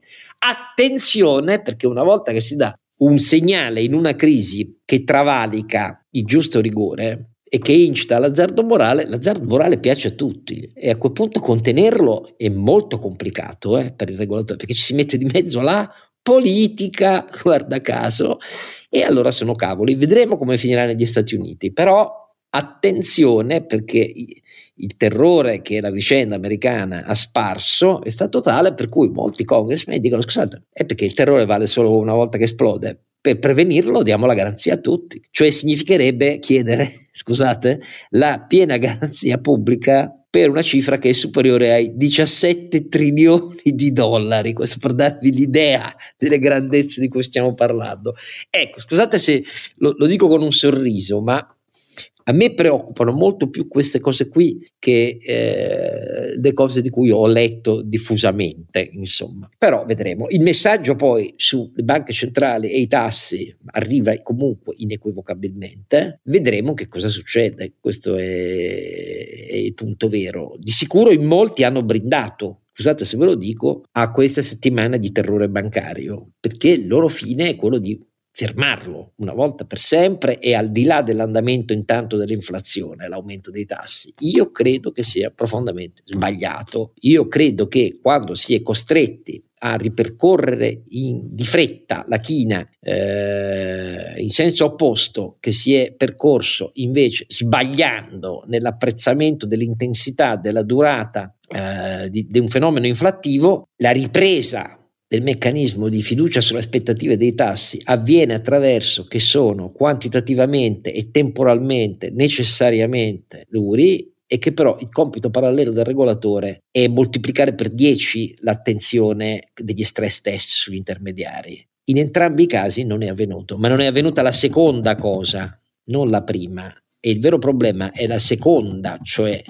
Attenzione, perché una volta che si dà un segnale in una crisi che travalica il giusto rigore e che incita all'azzardo morale, l'azzardo morale piace a tutti e a quel punto contenerlo è molto complicato eh, per il regolatore, perché ci si mette di mezzo la politica, guarda caso, e allora sono cavoli. Vedremo come finirà negli Stati Uniti, però attenzione, perché il terrore che la vicenda americana ha sparso è stato tale per cui molti congressmen dicono scusate, è perché il terrore vale solo una volta che esplode, per prevenirlo diamo la garanzia a tutti, cioè significherebbe chiedere, scusate, la piena garanzia pubblica per una cifra che è superiore ai diciassette trilioni di dollari, questo per darvi l'idea delle grandezze di cui stiamo parlando. Ecco, scusate se lo, lo dico con un sorriso, ma a me preoccupano molto più queste cose qui che eh, le cose di cui ho letto diffusamente, insomma. Però vedremo. Il messaggio poi sulle banche centrali e i tassi arriva comunque inequivocabilmente. Vedremo che cosa succede. Questo è, è il punto vero. Di sicuro in molti hanno brindato, scusate se ve lo dico, a questa settimana di terrore bancario, perché il loro fine è quello di fermarlo una volta per sempre e al di là dell'andamento intanto dell'inflazione, l'aumento dei tassi. Io credo che sia profondamente sbagliato. Io credo che quando si è costretti a ripercorrere in, di fretta la china eh, in senso opposto che si è percorso invece sbagliando nell'apprezzamento dell'intensità, della durata eh, di, di un fenomeno inflattivo, la ripresa del meccanismo di fiducia sulle aspettative dei tassi avviene attraverso che sono quantitativamente e temporalmente necessariamente duri e che però il compito parallelo del regolatore è moltiplicare per dieci l'attenzione degli stress test sugli intermediari. In entrambi i casi non è avvenuto, ma non è avvenuta la seconda cosa, non la prima, e il vero problema è la seconda, cioè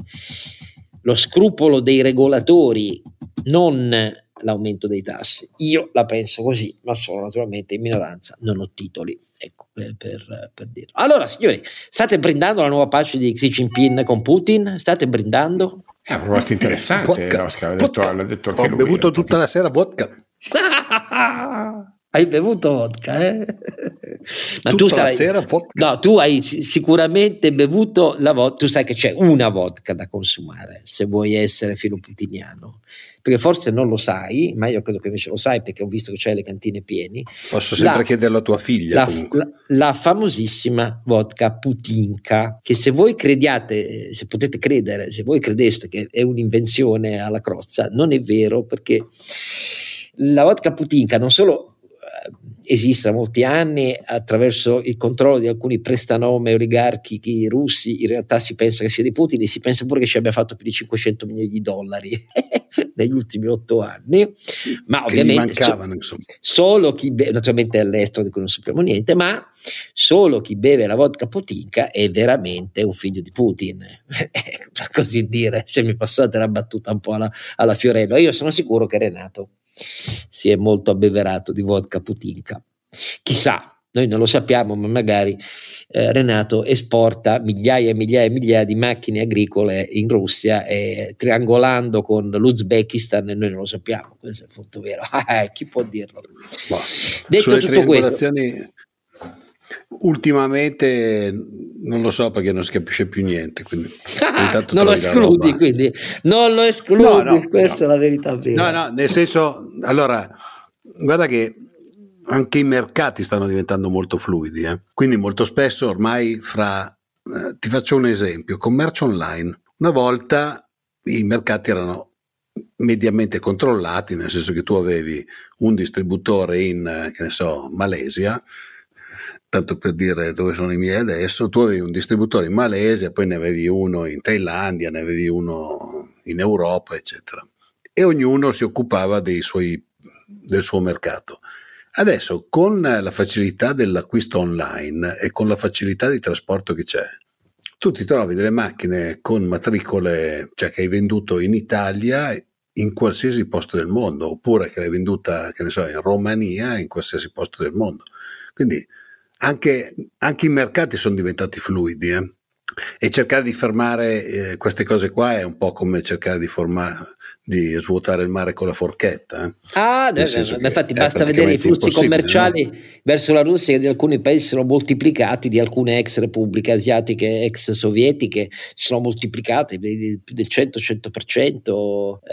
lo scrupolo dei regolatori, non l'aumento dei tassi. Io la penso così, ma sono naturalmente in minoranza, non ho titoli, ecco, per, per, per dirlo. Allora signori, state brindando la nuova pace di Xi Jinping con Putin? State brindando? È una proposta interessante, Oscar, l'ha detto, l'ha detto anche ho lui. Ho bevuto tutta la sera vodka. Hai bevuto vodka, eh? Ma tutta tu sai, la sera vodka? No, tu hai sicuramente bevuto la vodka, tu sai che c'è una vodka da consumare se vuoi essere filo putiniano, perché forse non lo sai, ma io credo che invece lo sai perché ho visto che c'hai le cantine pieni. Posso sempre la, chiederlo a tua figlia. La, la, la famosissima vodka Putinka, che se voi crediate, se potete credere, se voi credeste che è un'invenzione alla crozza, non è vero, perché la vodka Putinka non solo esiste da molti anni attraverso il controllo di alcuni prestanome oligarchici russi, in realtà si pensa che sia di Putin e si pensa pure che ci abbia fatto più di cinquecento milioni di dollari negli ultimi otto anni, ma che ovviamente mancavano, so, solo chi beve, naturalmente è all'estero di cui non sappiamo niente, ma solo chi beve la vodka Putinka è veramente un figlio di Putin, per così dire, se mi passate la battuta un po' alla, alla Fiorello. Io sono sicuro che Renato si è molto abbeverato di vodka Putinka, chissà, noi non lo sappiamo, ma magari eh, Renato esporta migliaia e migliaia e migliaia di macchine agricole in Russia, e triangolando con l'Uzbekistan, e noi non lo sappiamo, questo è molto vero. Ah, chi può dirlo? Ma, detto tutto questo, ultimamente non lo so perché non si capisce più niente, quindi ah, non lo escludi, quindi non lo escludi, no, no, questa no. È la verità vera. No, no, nel senso, allora, guarda che anche i mercati stanno diventando molto fluidi, eh? Quindi molto spesso ormai fra, eh, ti faccio un esempio, commercio online, una volta i mercati erano mediamente controllati, nel senso che tu avevi un distributore in, che ne so, Malesia, tanto per dire dove sono i miei adesso, tu avevi un distributore in Malesia, poi ne avevi uno in Thailandia, ne avevi uno in Europa, eccetera. E ognuno si occupava dei suoi, del suo mercato. Adesso, con la facilità dell'acquisto online e con la facilità di trasporto che c'è, tu ti trovi delle macchine con matricole, cioè che hai venduto in Italia in qualsiasi posto del mondo, oppure che l'hai venduta, che ne so, in Romania, in qualsiasi posto del mondo. Quindi Anche, anche i mercati sono diventati fluidi, eh? E cercare di fermare eh, queste cose qua è un po' come cercare di, formare, di svuotare il mare con la forchetta. Eh? Ah, no, no, no, infatti basta vedere i flussi commerciali, no? Verso la Russia, che di alcuni paesi sono moltiplicati, di alcune ex repubbliche asiatiche, ex sovietiche, sono moltiplicati più del cento cento per cento,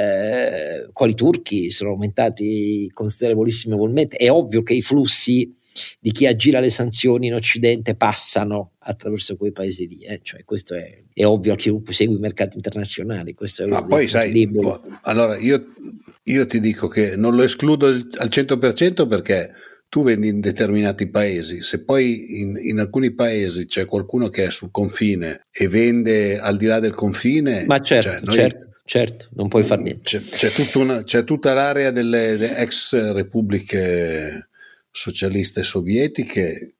eh, quali turchi sono aumentati considerevolissimamente. È ovvio che i flussi di chi aggira le sanzioni in Occidente passano attraverso quei paesi lì, eh? Cioè, questo è, è ovvio a chiunque segui i mercati internazionali. Questo è Ma poi sai, po- allora io, io ti dico che non lo escludo al cento per cento perché tu vendi in determinati paesi, se poi in, in alcuni paesi c'è qualcuno che è sul confine e vende al di là del confine, ma certo, cioè noi, certo, certo, non puoi far niente. C'è, c'è, tutta, una, c'è tutta l'area delle, delle ex repubbliche socialiste sovietiche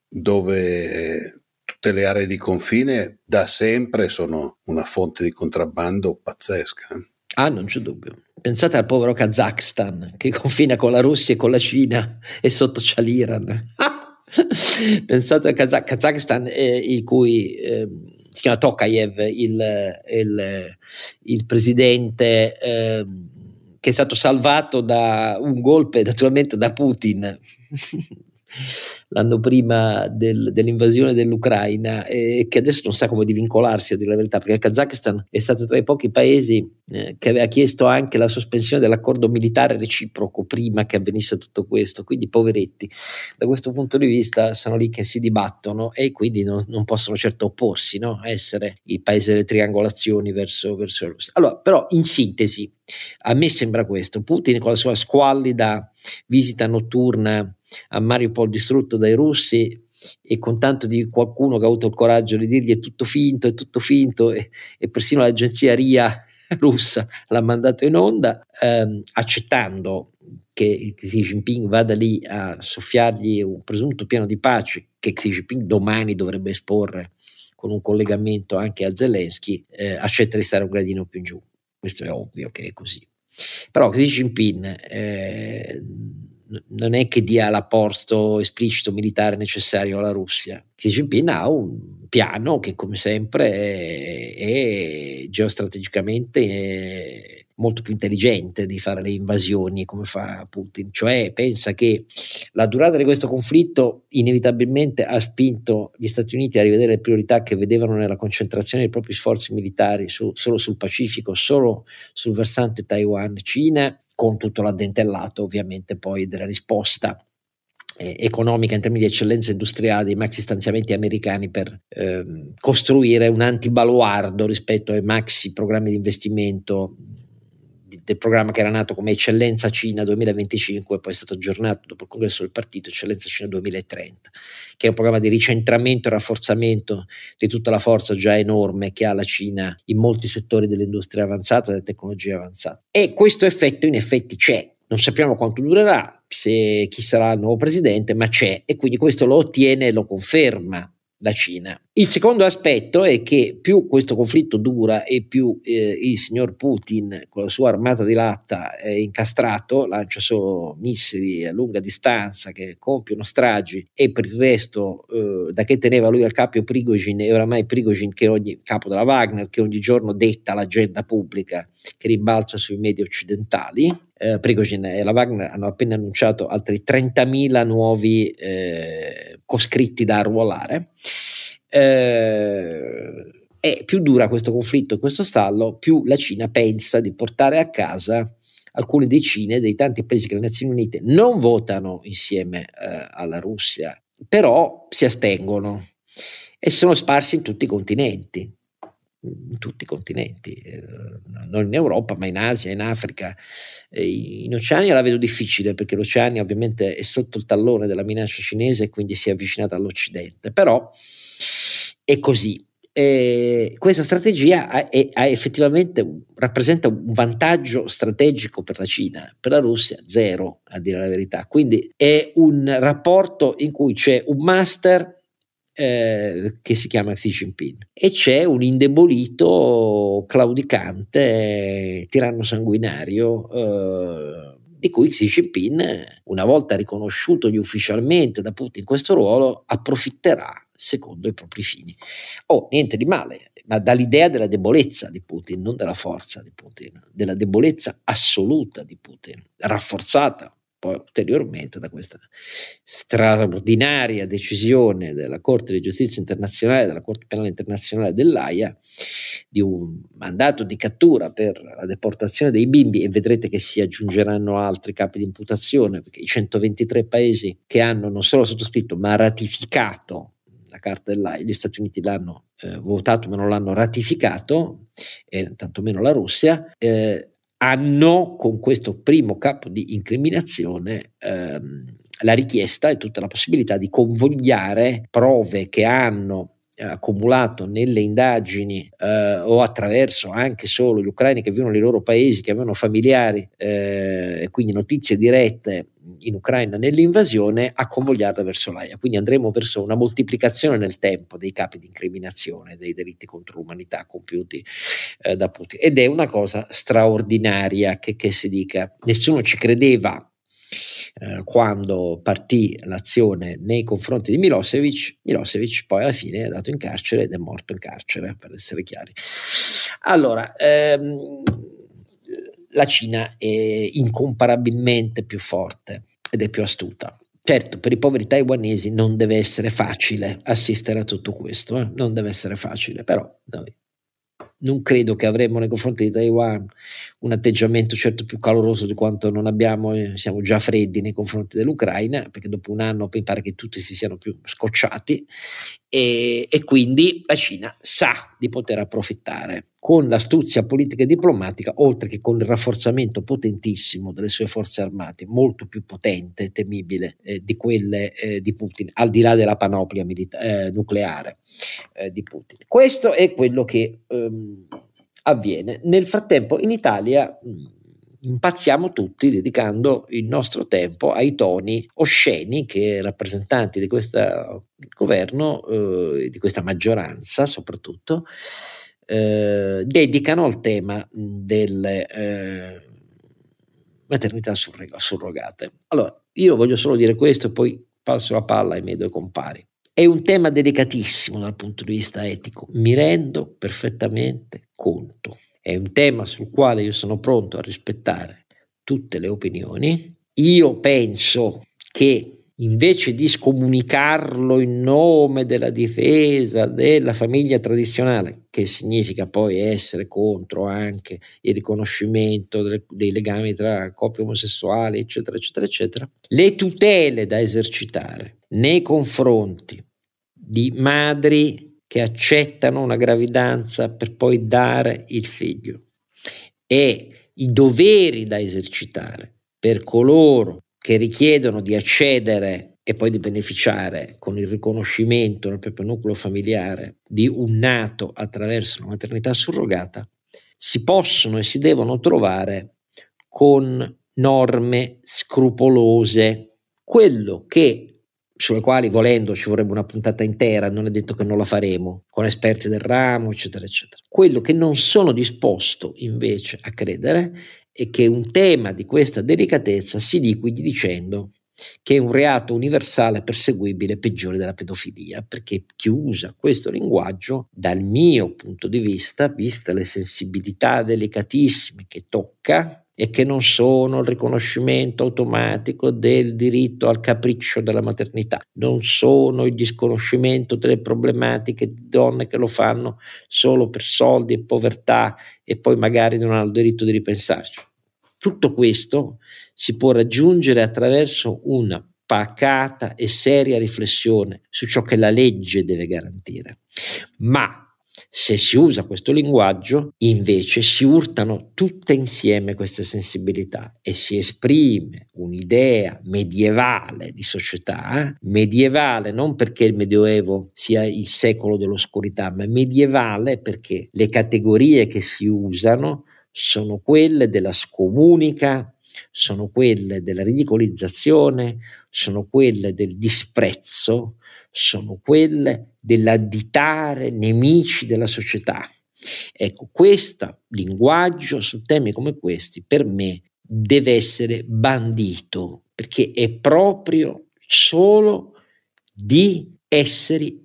dove tutte le aree di confine da sempre sono una fonte di contrabbando pazzesca. Ah, non c'è dubbio. Pensate al povero Kazakhstan che confina con la Russia e con la Cina e sotto c'è l'Iran. Pensate al Kazakh- Kazakhstan, eh, il cui eh, si chiama Tokayev, il, il, il presidente eh, che è stato salvato da un golpe naturalmente da Putin l'anno prima del, dell'invasione dell'Ucraina, e che adesso non sa come divincolarsi, a dire la verità, perché il Kazakistan è stato tra i pochi paesi eh, che aveva chiesto anche la sospensione dell'accordo militare reciproco prima che avvenisse tutto questo, quindi poveretti da questo punto di vista sono lì che si dibattono e quindi non, non possono certo opporsi, no? A essere il paese delle triangolazioni verso, verso la Russia. Allora, però in sintesi a me sembra questo: Putin con la sua squallida visita notturna a Mariupol distrutto dai russi e con tanto di qualcuno che ha avuto il coraggio di dirgli è tutto finto, è tutto finto, e, e persino l'agenzia R I A russa l'ha mandato in onda, ehm, accettando che Xi Jinping vada lì a soffiargli un presunto piano di pace che Xi Jinping domani dovrebbe esporre con un collegamento anche a Zelensky, eh, accetta di stare un gradino più in giù. Questo è ovvio che è così. Però Xi Jinping eh, non è che dia l'apporto esplicito militare necessario alla Russia. Xi Jinping ha un piano che, come sempre, è, è geostrategicamente è molto più intelligente di fare le invasioni come fa Putin, cioè pensa che la durata di questo conflitto inevitabilmente ha spinto gli Stati Uniti a rivedere le priorità che vedevano nella concentrazione dei propri sforzi militari su, solo sul Pacifico, solo sul versante Taiwan-Cina, con tutto l'addentellato ovviamente poi della risposta eh, economica in termini di eccellenza industriale dei maxi stanziamenti americani per eh, costruire un antibaluardo rispetto ai maxi programmi di investimento di, del programma che era nato come Eccellenza Cina duemilaventicinque e poi è stato aggiornato dopo il congresso del partito Eccellenza Cina duemilatrenta, che è un programma di ricentramento e rafforzamento di tutta la forza già enorme che ha la Cina in molti settori dell'industria avanzata e delle tecnologie avanzate. E questo effetto in effetti c'è. Non sappiamo quanto durerà, se chi sarà il nuovo presidente, ma c'è, e quindi questo lo ottiene e lo conferma la Cina. Il secondo aspetto è che più questo conflitto dura e più eh, il signor Putin con la sua armata di latta è incastrato, lancia solo missili a lunga distanza che compiono stragi, e per il resto eh, da che teneva lui al capo Prigozhin, e oramai Prigozhin che ogni capo della Wagner che ogni giorno detta l'agenda pubblica che rimbalza sui media occidentali. Eh, Prigozhin e la Wagner hanno appena annunciato altri trentamila nuovi eh, coscritti da arruolare. Eh, e più dura questo conflitto, questo stallo, più la Cina pensa di portare a casa alcune decine dei tanti paesi che le Nazioni Unite non votano insieme eh, alla Russia, però si astengono e sono sparsi in tutti i continenti. in tutti i continenti, eh, non in Europa ma in Asia, in Africa, eh, in Oceania la vedo difficile perché l'Oceania ovviamente è sotto il tallone della minaccia cinese e quindi si è avvicinata all'Occidente, però è così. Eh, questa strategia ha, è, ha effettivamente rappresenta un vantaggio strategico per la Cina, per la Russia zero, a dire la verità, quindi è un rapporto in cui c'è un master Eh, che si chiama Xi Jinping e c'è un indebolito, claudicante, tiranno sanguinario eh, di cui Xi Jinping, una volta riconosciutogli ufficialmente da Putin questo ruolo, approfitterà secondo i propri fini. Oh, niente di male, ma dall'idea della debolezza di Putin, non della forza di Putin, della debolezza assoluta di Putin, rafforzata poi ulteriormente da questa straordinaria decisione della Corte di Giustizia Internazionale, della Corte Penale Internazionale dell'Aia, di un mandato di cattura per la deportazione dei bimbi, e vedrete che si aggiungeranno altri capi di imputazione, perché i centoventitré paesi che hanno non solo sottoscritto ma ratificato la Carta dell'Aia, gli Stati Uniti l'hanno eh, votato ma non l'hanno ratificato, e tantomeno la Russia, eh, hanno con questo primo capo di incriminazione ehm, la richiesta e tutta la possibilità di convogliare prove che hanno eh, accumulato nelle indagini eh, o attraverso anche solo gli ucraini che vivono nei loro paesi, che avevano familiari e eh, quindi notizie dirette in Ucraina nell'invasione, a convogliarla verso l'Aia. Quindi andremo verso una moltiplicazione nel tempo dei capi di incriminazione dei delitti contro l'umanità compiuti eh, da Putin, ed è una cosa straordinaria, che, che si dica. Nessuno ci credeva eh, quando partì l'azione nei confronti di Milosevic. Milosevic poi alla fine è andato in carcere ed è morto in carcere, per essere chiari. Allora ehm, la Cina è incomparabilmente più forte ed è più astuta. Certo, per i poveri taiwanesi non deve essere facile assistere a tutto questo, eh? non deve essere facile, però noi non credo che avremo nei confronti di Taiwan un atteggiamento certo più caloroso di quanto non abbiamo, eh, siamo già freddi nei confronti dell'Ucraina, perché dopo un anno mi pare che tutti si siano più scocciati, e, e quindi la Cina sa di poter approfittare con l'astuzia politica e diplomatica, oltre che con il rafforzamento potentissimo delle sue forze armate, molto più potente e temibile eh, di quelle eh, di Putin, al di là della panoplia milita- eh, nucleare eh, di Putin. Questo è quello che ehm, avviene. Nel frattempo in Italia mh, impazziamo tutti dedicando il nostro tempo ai toni osceni che rappresentanti di questo governo, eh, di questa maggioranza soprattutto, eh, dedicano al tema delle eh, maternità surrog- surrogate. Allora, io voglio solo dire questo e poi passo la palla ai miei due compari. È un tema delicatissimo dal punto di vista etico, mi rendo perfettamente conto. è un tema sul quale io sono pronto a rispettare tutte le opinioni. Io penso che invece di scomunicarlo in nome della difesa della famiglia tradizionale, che significa poi essere contro anche il riconoscimento delle, dei legami tra coppie omosessuali, eccetera, eccetera, eccetera, le tutele da esercitare nei confronti di madri che accettano una gravidanza per poi dare il figlio e i doveri da esercitare per coloro che richiedono di accedere e poi di beneficiare con il riconoscimento nel proprio nucleo familiare di un nato attraverso la maternità surrogata, si possono e si devono trovare con norme scrupolose. Quello che, sulle quali volendo ci vorrebbe una puntata intera, non è detto che non la faremo, con esperti del ramo, eccetera, eccetera. Quello che non sono disposto invece a credere e che un tema di questa delicatezza si liquidi dicendo che è un reato universale perseguibile peggiore della pedofilia, perché chi usa questo linguaggio, dal mio punto di vista, viste le sensibilità delicatissime che tocca e che non sono il riconoscimento automatico del diritto al capriccio della maternità, non sono il disconoscimento delle problematiche di donne che lo fanno solo per soldi e povertà e poi magari non hanno il diritto di ripensarci. Tutto questo si può raggiungere attraverso una pacata e seria riflessione su ciò che la legge deve garantire, ma se si usa questo linguaggio, invece si urtano tutte insieme queste sensibilità e si esprime un'idea medievale di società, eh? medievale non perché il Medioevo sia il secolo dell'oscurità, ma medievale perché le categorie che si usano sono quelle della scomunica, sono quelle della ridicolizzazione, sono quelle del disprezzo, sono quelle dell'additare nemici della società. Ecco, questo linguaggio su temi come questi per me deve essere bandito, perché è proprio solo di esseri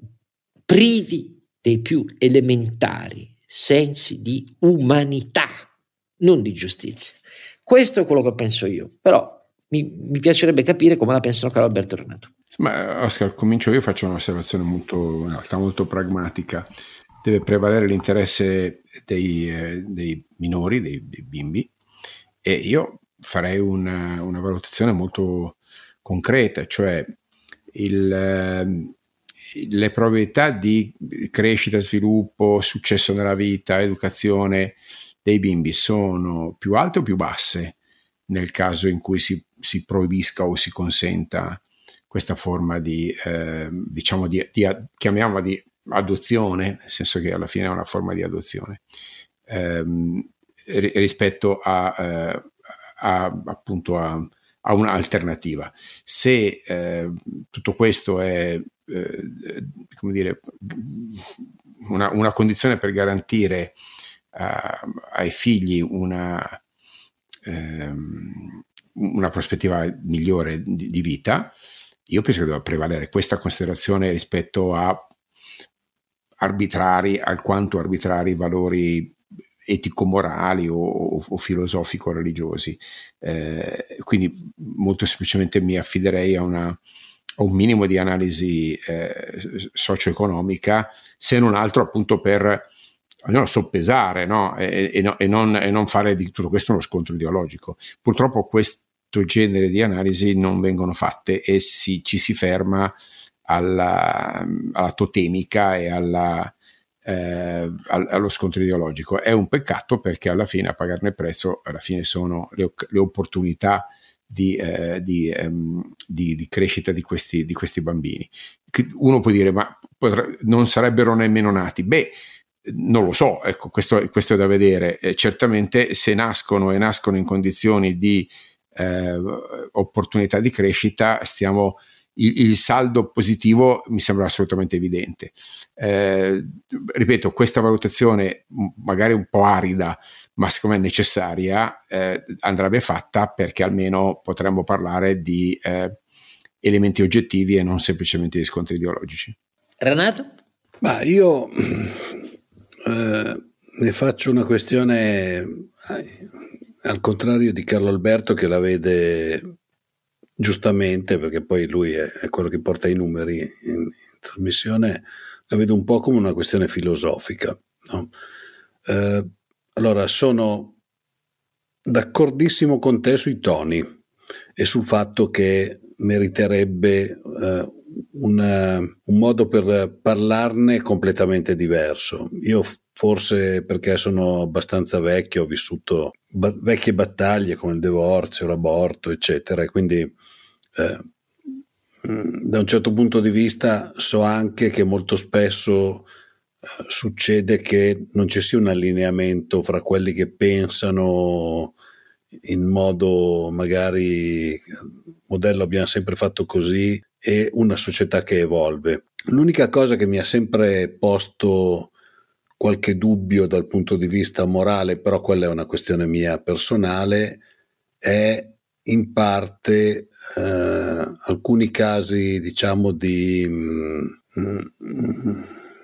privi dei più elementari sensi di umanità, non di giustizia. Questo è quello che penso io, però mi, mi piacerebbe capire come la pensano Carlo Alberto e Renato. Ma Oscar, comincio io, faccio un'osservazione molto, in realtà molto pragmatica. Deve prevalere l'interesse dei, eh, dei minori, dei, dei bimbi, e io farei una, una valutazione molto concreta, cioè il, eh, le probabilità di crescita, sviluppo, successo nella vita, educazione dei bimbi sono più alte o più basse nel caso in cui si, si proibisca o si consenta questa forma di, eh, diciamo, di, di chiamiamola di adozione, nel senso che alla fine è una forma di adozione, ehm, rispetto a, eh, a appunto a, a un'alternativa. Se eh, tutto questo è eh, come dire una, una condizione per garantire uh, ai figli una ehm, una prospettiva migliore di, di vita, io penso che debba prevalere questa considerazione rispetto a arbitrari, alquanto arbitrari valori etico-morali o, o, o filosofico-religiosi. Eh, quindi molto semplicemente mi affiderei a, una, a un minimo di analisi eh, socio-economica, se non altro appunto per almeno soppesare, no? E, e, no, e, non, e non fare di tutto questo uno scontro ideologico. Purtroppo questo genere di analisi non vengono fatte e si, ci si ferma alla, alla totemica e alla, eh, allo scontro ideologico. È un peccato, perché alla fine a pagarne il prezzo alla fine sono le, le opportunità di, eh, di, ehm, di, di crescita di questi, di questi bambini. Uno può dire, ma potrà, non sarebbero nemmeno nati. Beh, non lo so, ecco, questo, questo è da vedere. Eh, certamente se nascono e nascono in condizioni di eh, opportunità di crescita, stiamo il, il saldo positivo mi sembra assolutamente evidente. Eh, ripeto, questa valutazione magari un po' arida, ma secondo me necessaria, eh, andrebbe fatta, perché almeno potremmo parlare di eh, elementi oggettivi e non semplicemente di scontri ideologici. Renato? Ma io eh, ne faccio una questione al contrario di Carlo Alberto, che la vede giustamente, perché poi lui è, è quello che porta i numeri in, in trasmissione, la vedo un po' come una questione filosofica, no? Eh, allora, sono d'accordissimo con te sui toni e sul fatto che meriterebbe eh, una, un modo per parlarne completamente diverso. Io forse perché sono abbastanza vecchio, ho vissuto ba- vecchie battaglie come il divorzio, l'aborto, eccetera, e quindi eh, da un certo punto di vista so anche che molto spesso eh, succede che non ci sia un allineamento fra quelli che pensano in modo magari modello abbiamo sempre fatto così e una società che evolve. L'unica cosa che mi ha sempre posto qualche dubbio dal punto di vista morale, però quella è una questione mia personale, è in parte eh, alcuni casi diciamo di mh, mh,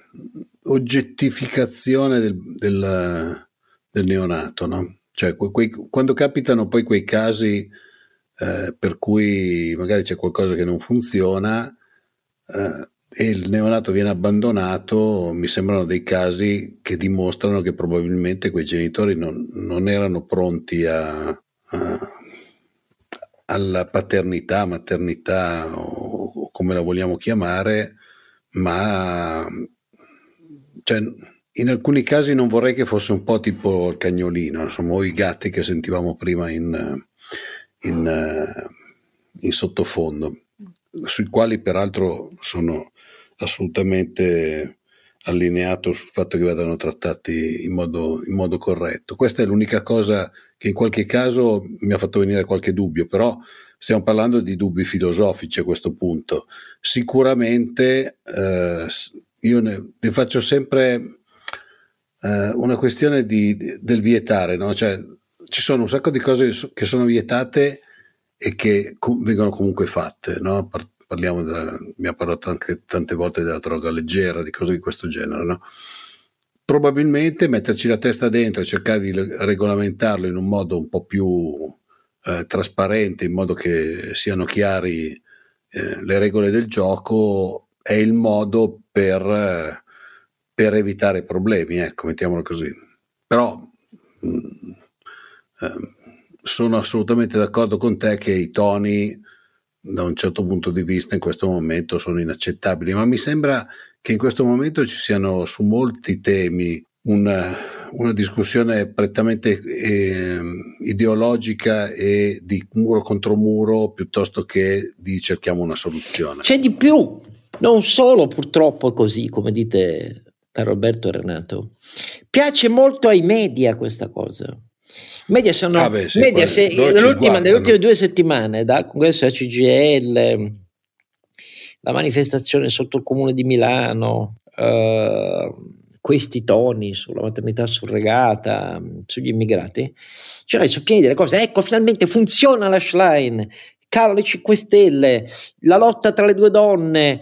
oggettificazione del, del, del neonato, no? Cioè quei, quando capitano poi quei casi eh, per cui magari c'è qualcosa che non funziona eh, e il neonato viene abbandonato, mi sembrano dei casi che dimostrano che probabilmente quei genitori non, non erano pronti a, a, alla paternità, maternità o, o come la vogliamo chiamare, ma cioè, in alcuni casi non vorrei che fosse un po' tipo il cagnolino, insomma, o i gatti che sentivamo prima in, in, in sottofondo, sui quali peraltro sono assolutamente allineato sul fatto che vadano trattati in modo, in modo corretto. Questa è l'unica cosa che in qualche caso mi ha fatto venire qualche dubbio, però stiamo parlando di dubbi filosofici a questo punto. Sicuramente eh, io ne, ne faccio sempre eh, una questione di, di, del vietare, no? Cioè, ci sono un sacco di cose che sono vietate e che co- vengono comunque fatte, no? Parliamo da, abbiamo parlato anche tante volte della droga leggera, di cose di questo genere, no? Probabilmente metterci la testa dentro e cercare di regolamentarlo in un modo un po' più eh, trasparente, in modo che siano chiari eh, le regole del gioco, è il modo per, eh, per evitare problemi, ecco, mettiamolo così. Però mh, eh, sono assolutamente d'accordo con te che i toni da un certo punto di vista in questo momento sono inaccettabili, ma mi sembra che in questo momento ci siano su molti temi una, una discussione prettamente eh, ideologica e di muro contro muro piuttosto che di cerchiamo una soluzione. C'è di più, non solo purtroppo così come dite per Roberto e Renato, piace molto ai media questa cosa. Media sono ah beh, sì, media se, nell'ultima, nelle ultime due settimane dal congresso della C G I L, la manifestazione sotto il comune di Milano, eh, questi toni sulla maternità surrogata, sugli immigrati, cioè sono pieni delle cose. Ecco, finalmente funziona la Schlein, caro le cinque Stelle, la lotta tra le due donne,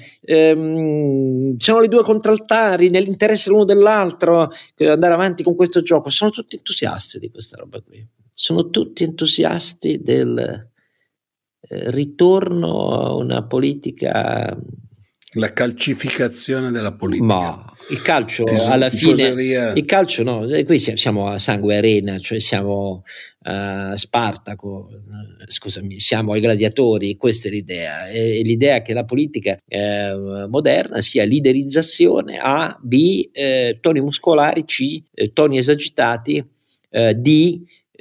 ehm, sono le due contraltari nell'interesse l'uno dell'altro, eh, andare avanti con questo gioco. Sono tutti entusiasti di questa roba qui, sono tutti entusiasti del eh, ritorno a una politica, la calcificazione della politica. Ma il calcio Tis- alla fine tifoseria. Il calcio no, qui siamo a sangue arena, cioè siamo a Spartaco, scusami, siamo ai gladiatori, questa è l'idea. È l'idea che la politica eh, moderna sia liderizzazione, A, B, eh, toni muscolari, C, eh, toni esagitati, eh, D,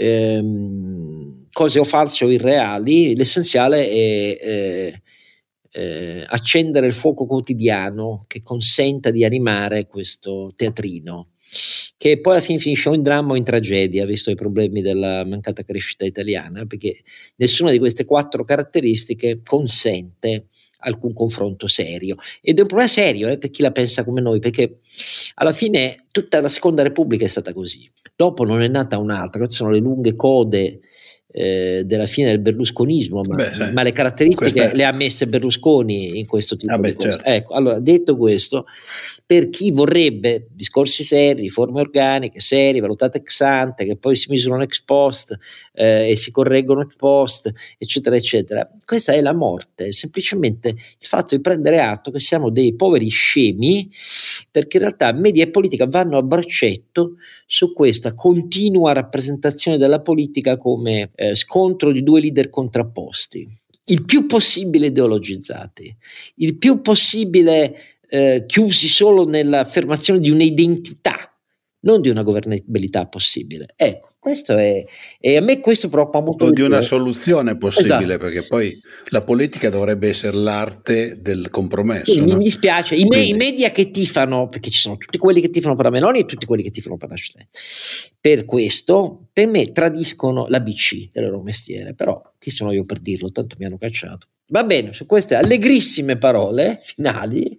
ehm, cose o false o irreali. L'essenziale è eh, Eh, accendere il fuoco quotidiano che consenta di animare questo teatrino, che poi alla fine finisce o in dramma o in tragedia, visto i problemi della mancata crescita italiana, perché nessuna di queste quattro caratteristiche consente alcun confronto serio, ed è un problema serio eh, per chi la pensa come noi, perché alla fine tutta la seconda repubblica è stata così, dopo non è nata un'altra, queste sono le lunghe code eh, della fine del berlusconismo, ma, Beh, sì. ma le caratteristiche Questa... le ha messe Berlusconi in questo tipo ah, di beh, cose. Certo. Ecco, allora, detto questo, per chi vorrebbe discorsi seri, riforme organiche serie, valutate ex ante, che poi si misurano ex post eh, e si correggono ex post, eccetera eccetera, questa è la morte, semplicemente il fatto di prendere atto che siamo dei poveri scemi, perché in realtà media e politica vanno a braccetto su questa continua rappresentazione della politica come eh, scontro di due leader contrapposti, il più possibile ideologizzati, il più possibile eh, chiusi solo nell'affermazione di un'identità, non di una governabilità possibile. Ecco, questo è, e a me questo preoccupa molto. O di una soluzione possibile, esatto. Perché poi la politica dovrebbe essere l'arte del compromesso. No? Mi dispiace, I, me, i media che tifano, perché ci sono tutti quelli che tifano per la Meloni e tutti quelli che tifano per la Schlein. Per questo, per me, tradiscono l'A B C del loro mestiere, però chi sono io per dirlo, tanto mi hanno cacciato. Va bene, su queste allegrissime parole finali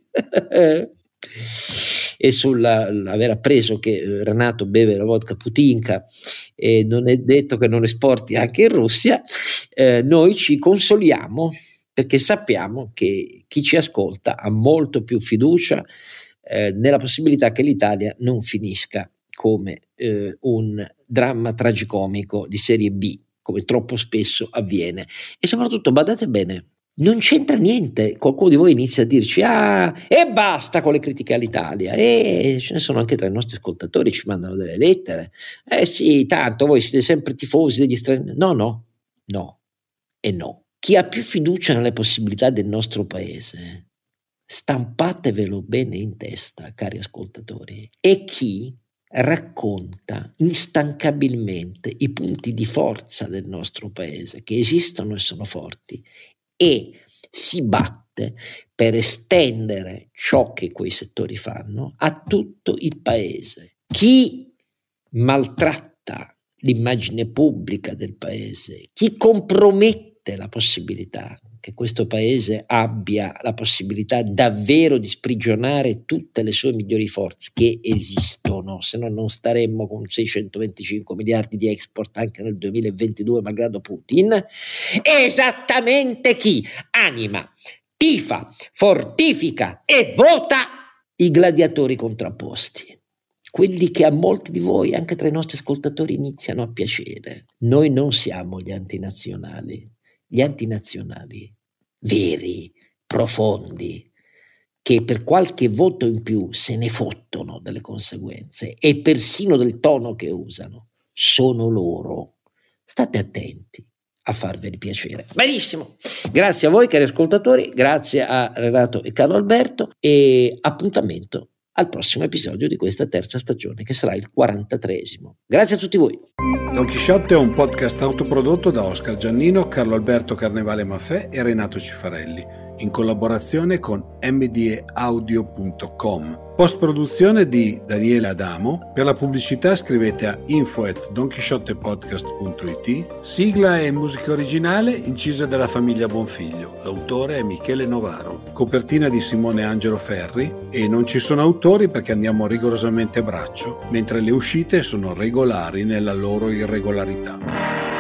e sull'aver appreso che Renato beve la vodka Putinka e non è detto che non esporti anche in Russia, eh, noi ci consoliamo perché sappiamo che chi ci ascolta ha molto più fiducia eh, nella possibilità che l'Italia non finisca come eh, un dramma tragicomico di serie B, come troppo spesso avviene. E soprattutto badate bene, non c'entra niente. Qualcuno di voi inizia a dirci ah e basta con le critiche all'Italia, e ce ne sono anche tra i nostri ascoltatori, ci mandano delle lettere, eh sì, tanto voi siete sempre tifosi degli stranieri. No, no, no e no. Chi ha più fiducia nelle possibilità del nostro paese, stampatevelo bene in testa, cari ascoltatori, e chi racconta instancabilmente i punti di forza del nostro paese, che esistono e sono forti, e si batte per estendere ciò che quei settori fanno a tutto il paese. Chi maltratta l'immagine pubblica del paese, chi compromette la possibilità che questo paese abbia la possibilità davvero di sprigionare tutte le sue migliori forze che esistono, se no non staremmo con seicentoventicinque miliardi di export anche nel duemilaventidue malgrado Putin. Esattamente chi anima, tifa, fortifica e vota i gladiatori contrapposti, quelli che a molti di voi, anche tra i nostri ascoltatori, iniziano a piacere. Noi non siamo gli antinazionali, gli antinazionali veri, profondi, che per qualche voto in più se ne fottono delle conseguenze e persino del tono che usano, sono loro. State attenti a farveli piacere. Benissimo, grazie a voi cari ascoltatori, grazie a Renato e Carlo Alberto, e appuntamento al prossimo episodio di questa terza stagione, che sarà il quarantatreesimo. Grazie a tutti voi. Don Chisciotte è un podcast autoprodotto da Oscar Giannino, Carlo Alberto Carnevale Maffè e Renato Cifarelli, in collaborazione con m d e audio punto com. Post produzione di Daniele Adamo. Per la pubblicità scrivete a info at donchisciottepodcast punto it. Sigla e musica originale incisa dalla famiglia Bonfiglio. L'autore è Michele Novaro. Copertina di Simone Angelo Ferri, e non ci sono autori perché andiamo rigorosamente a braccio, mentre le uscite sono regolari nella loro irregolarità.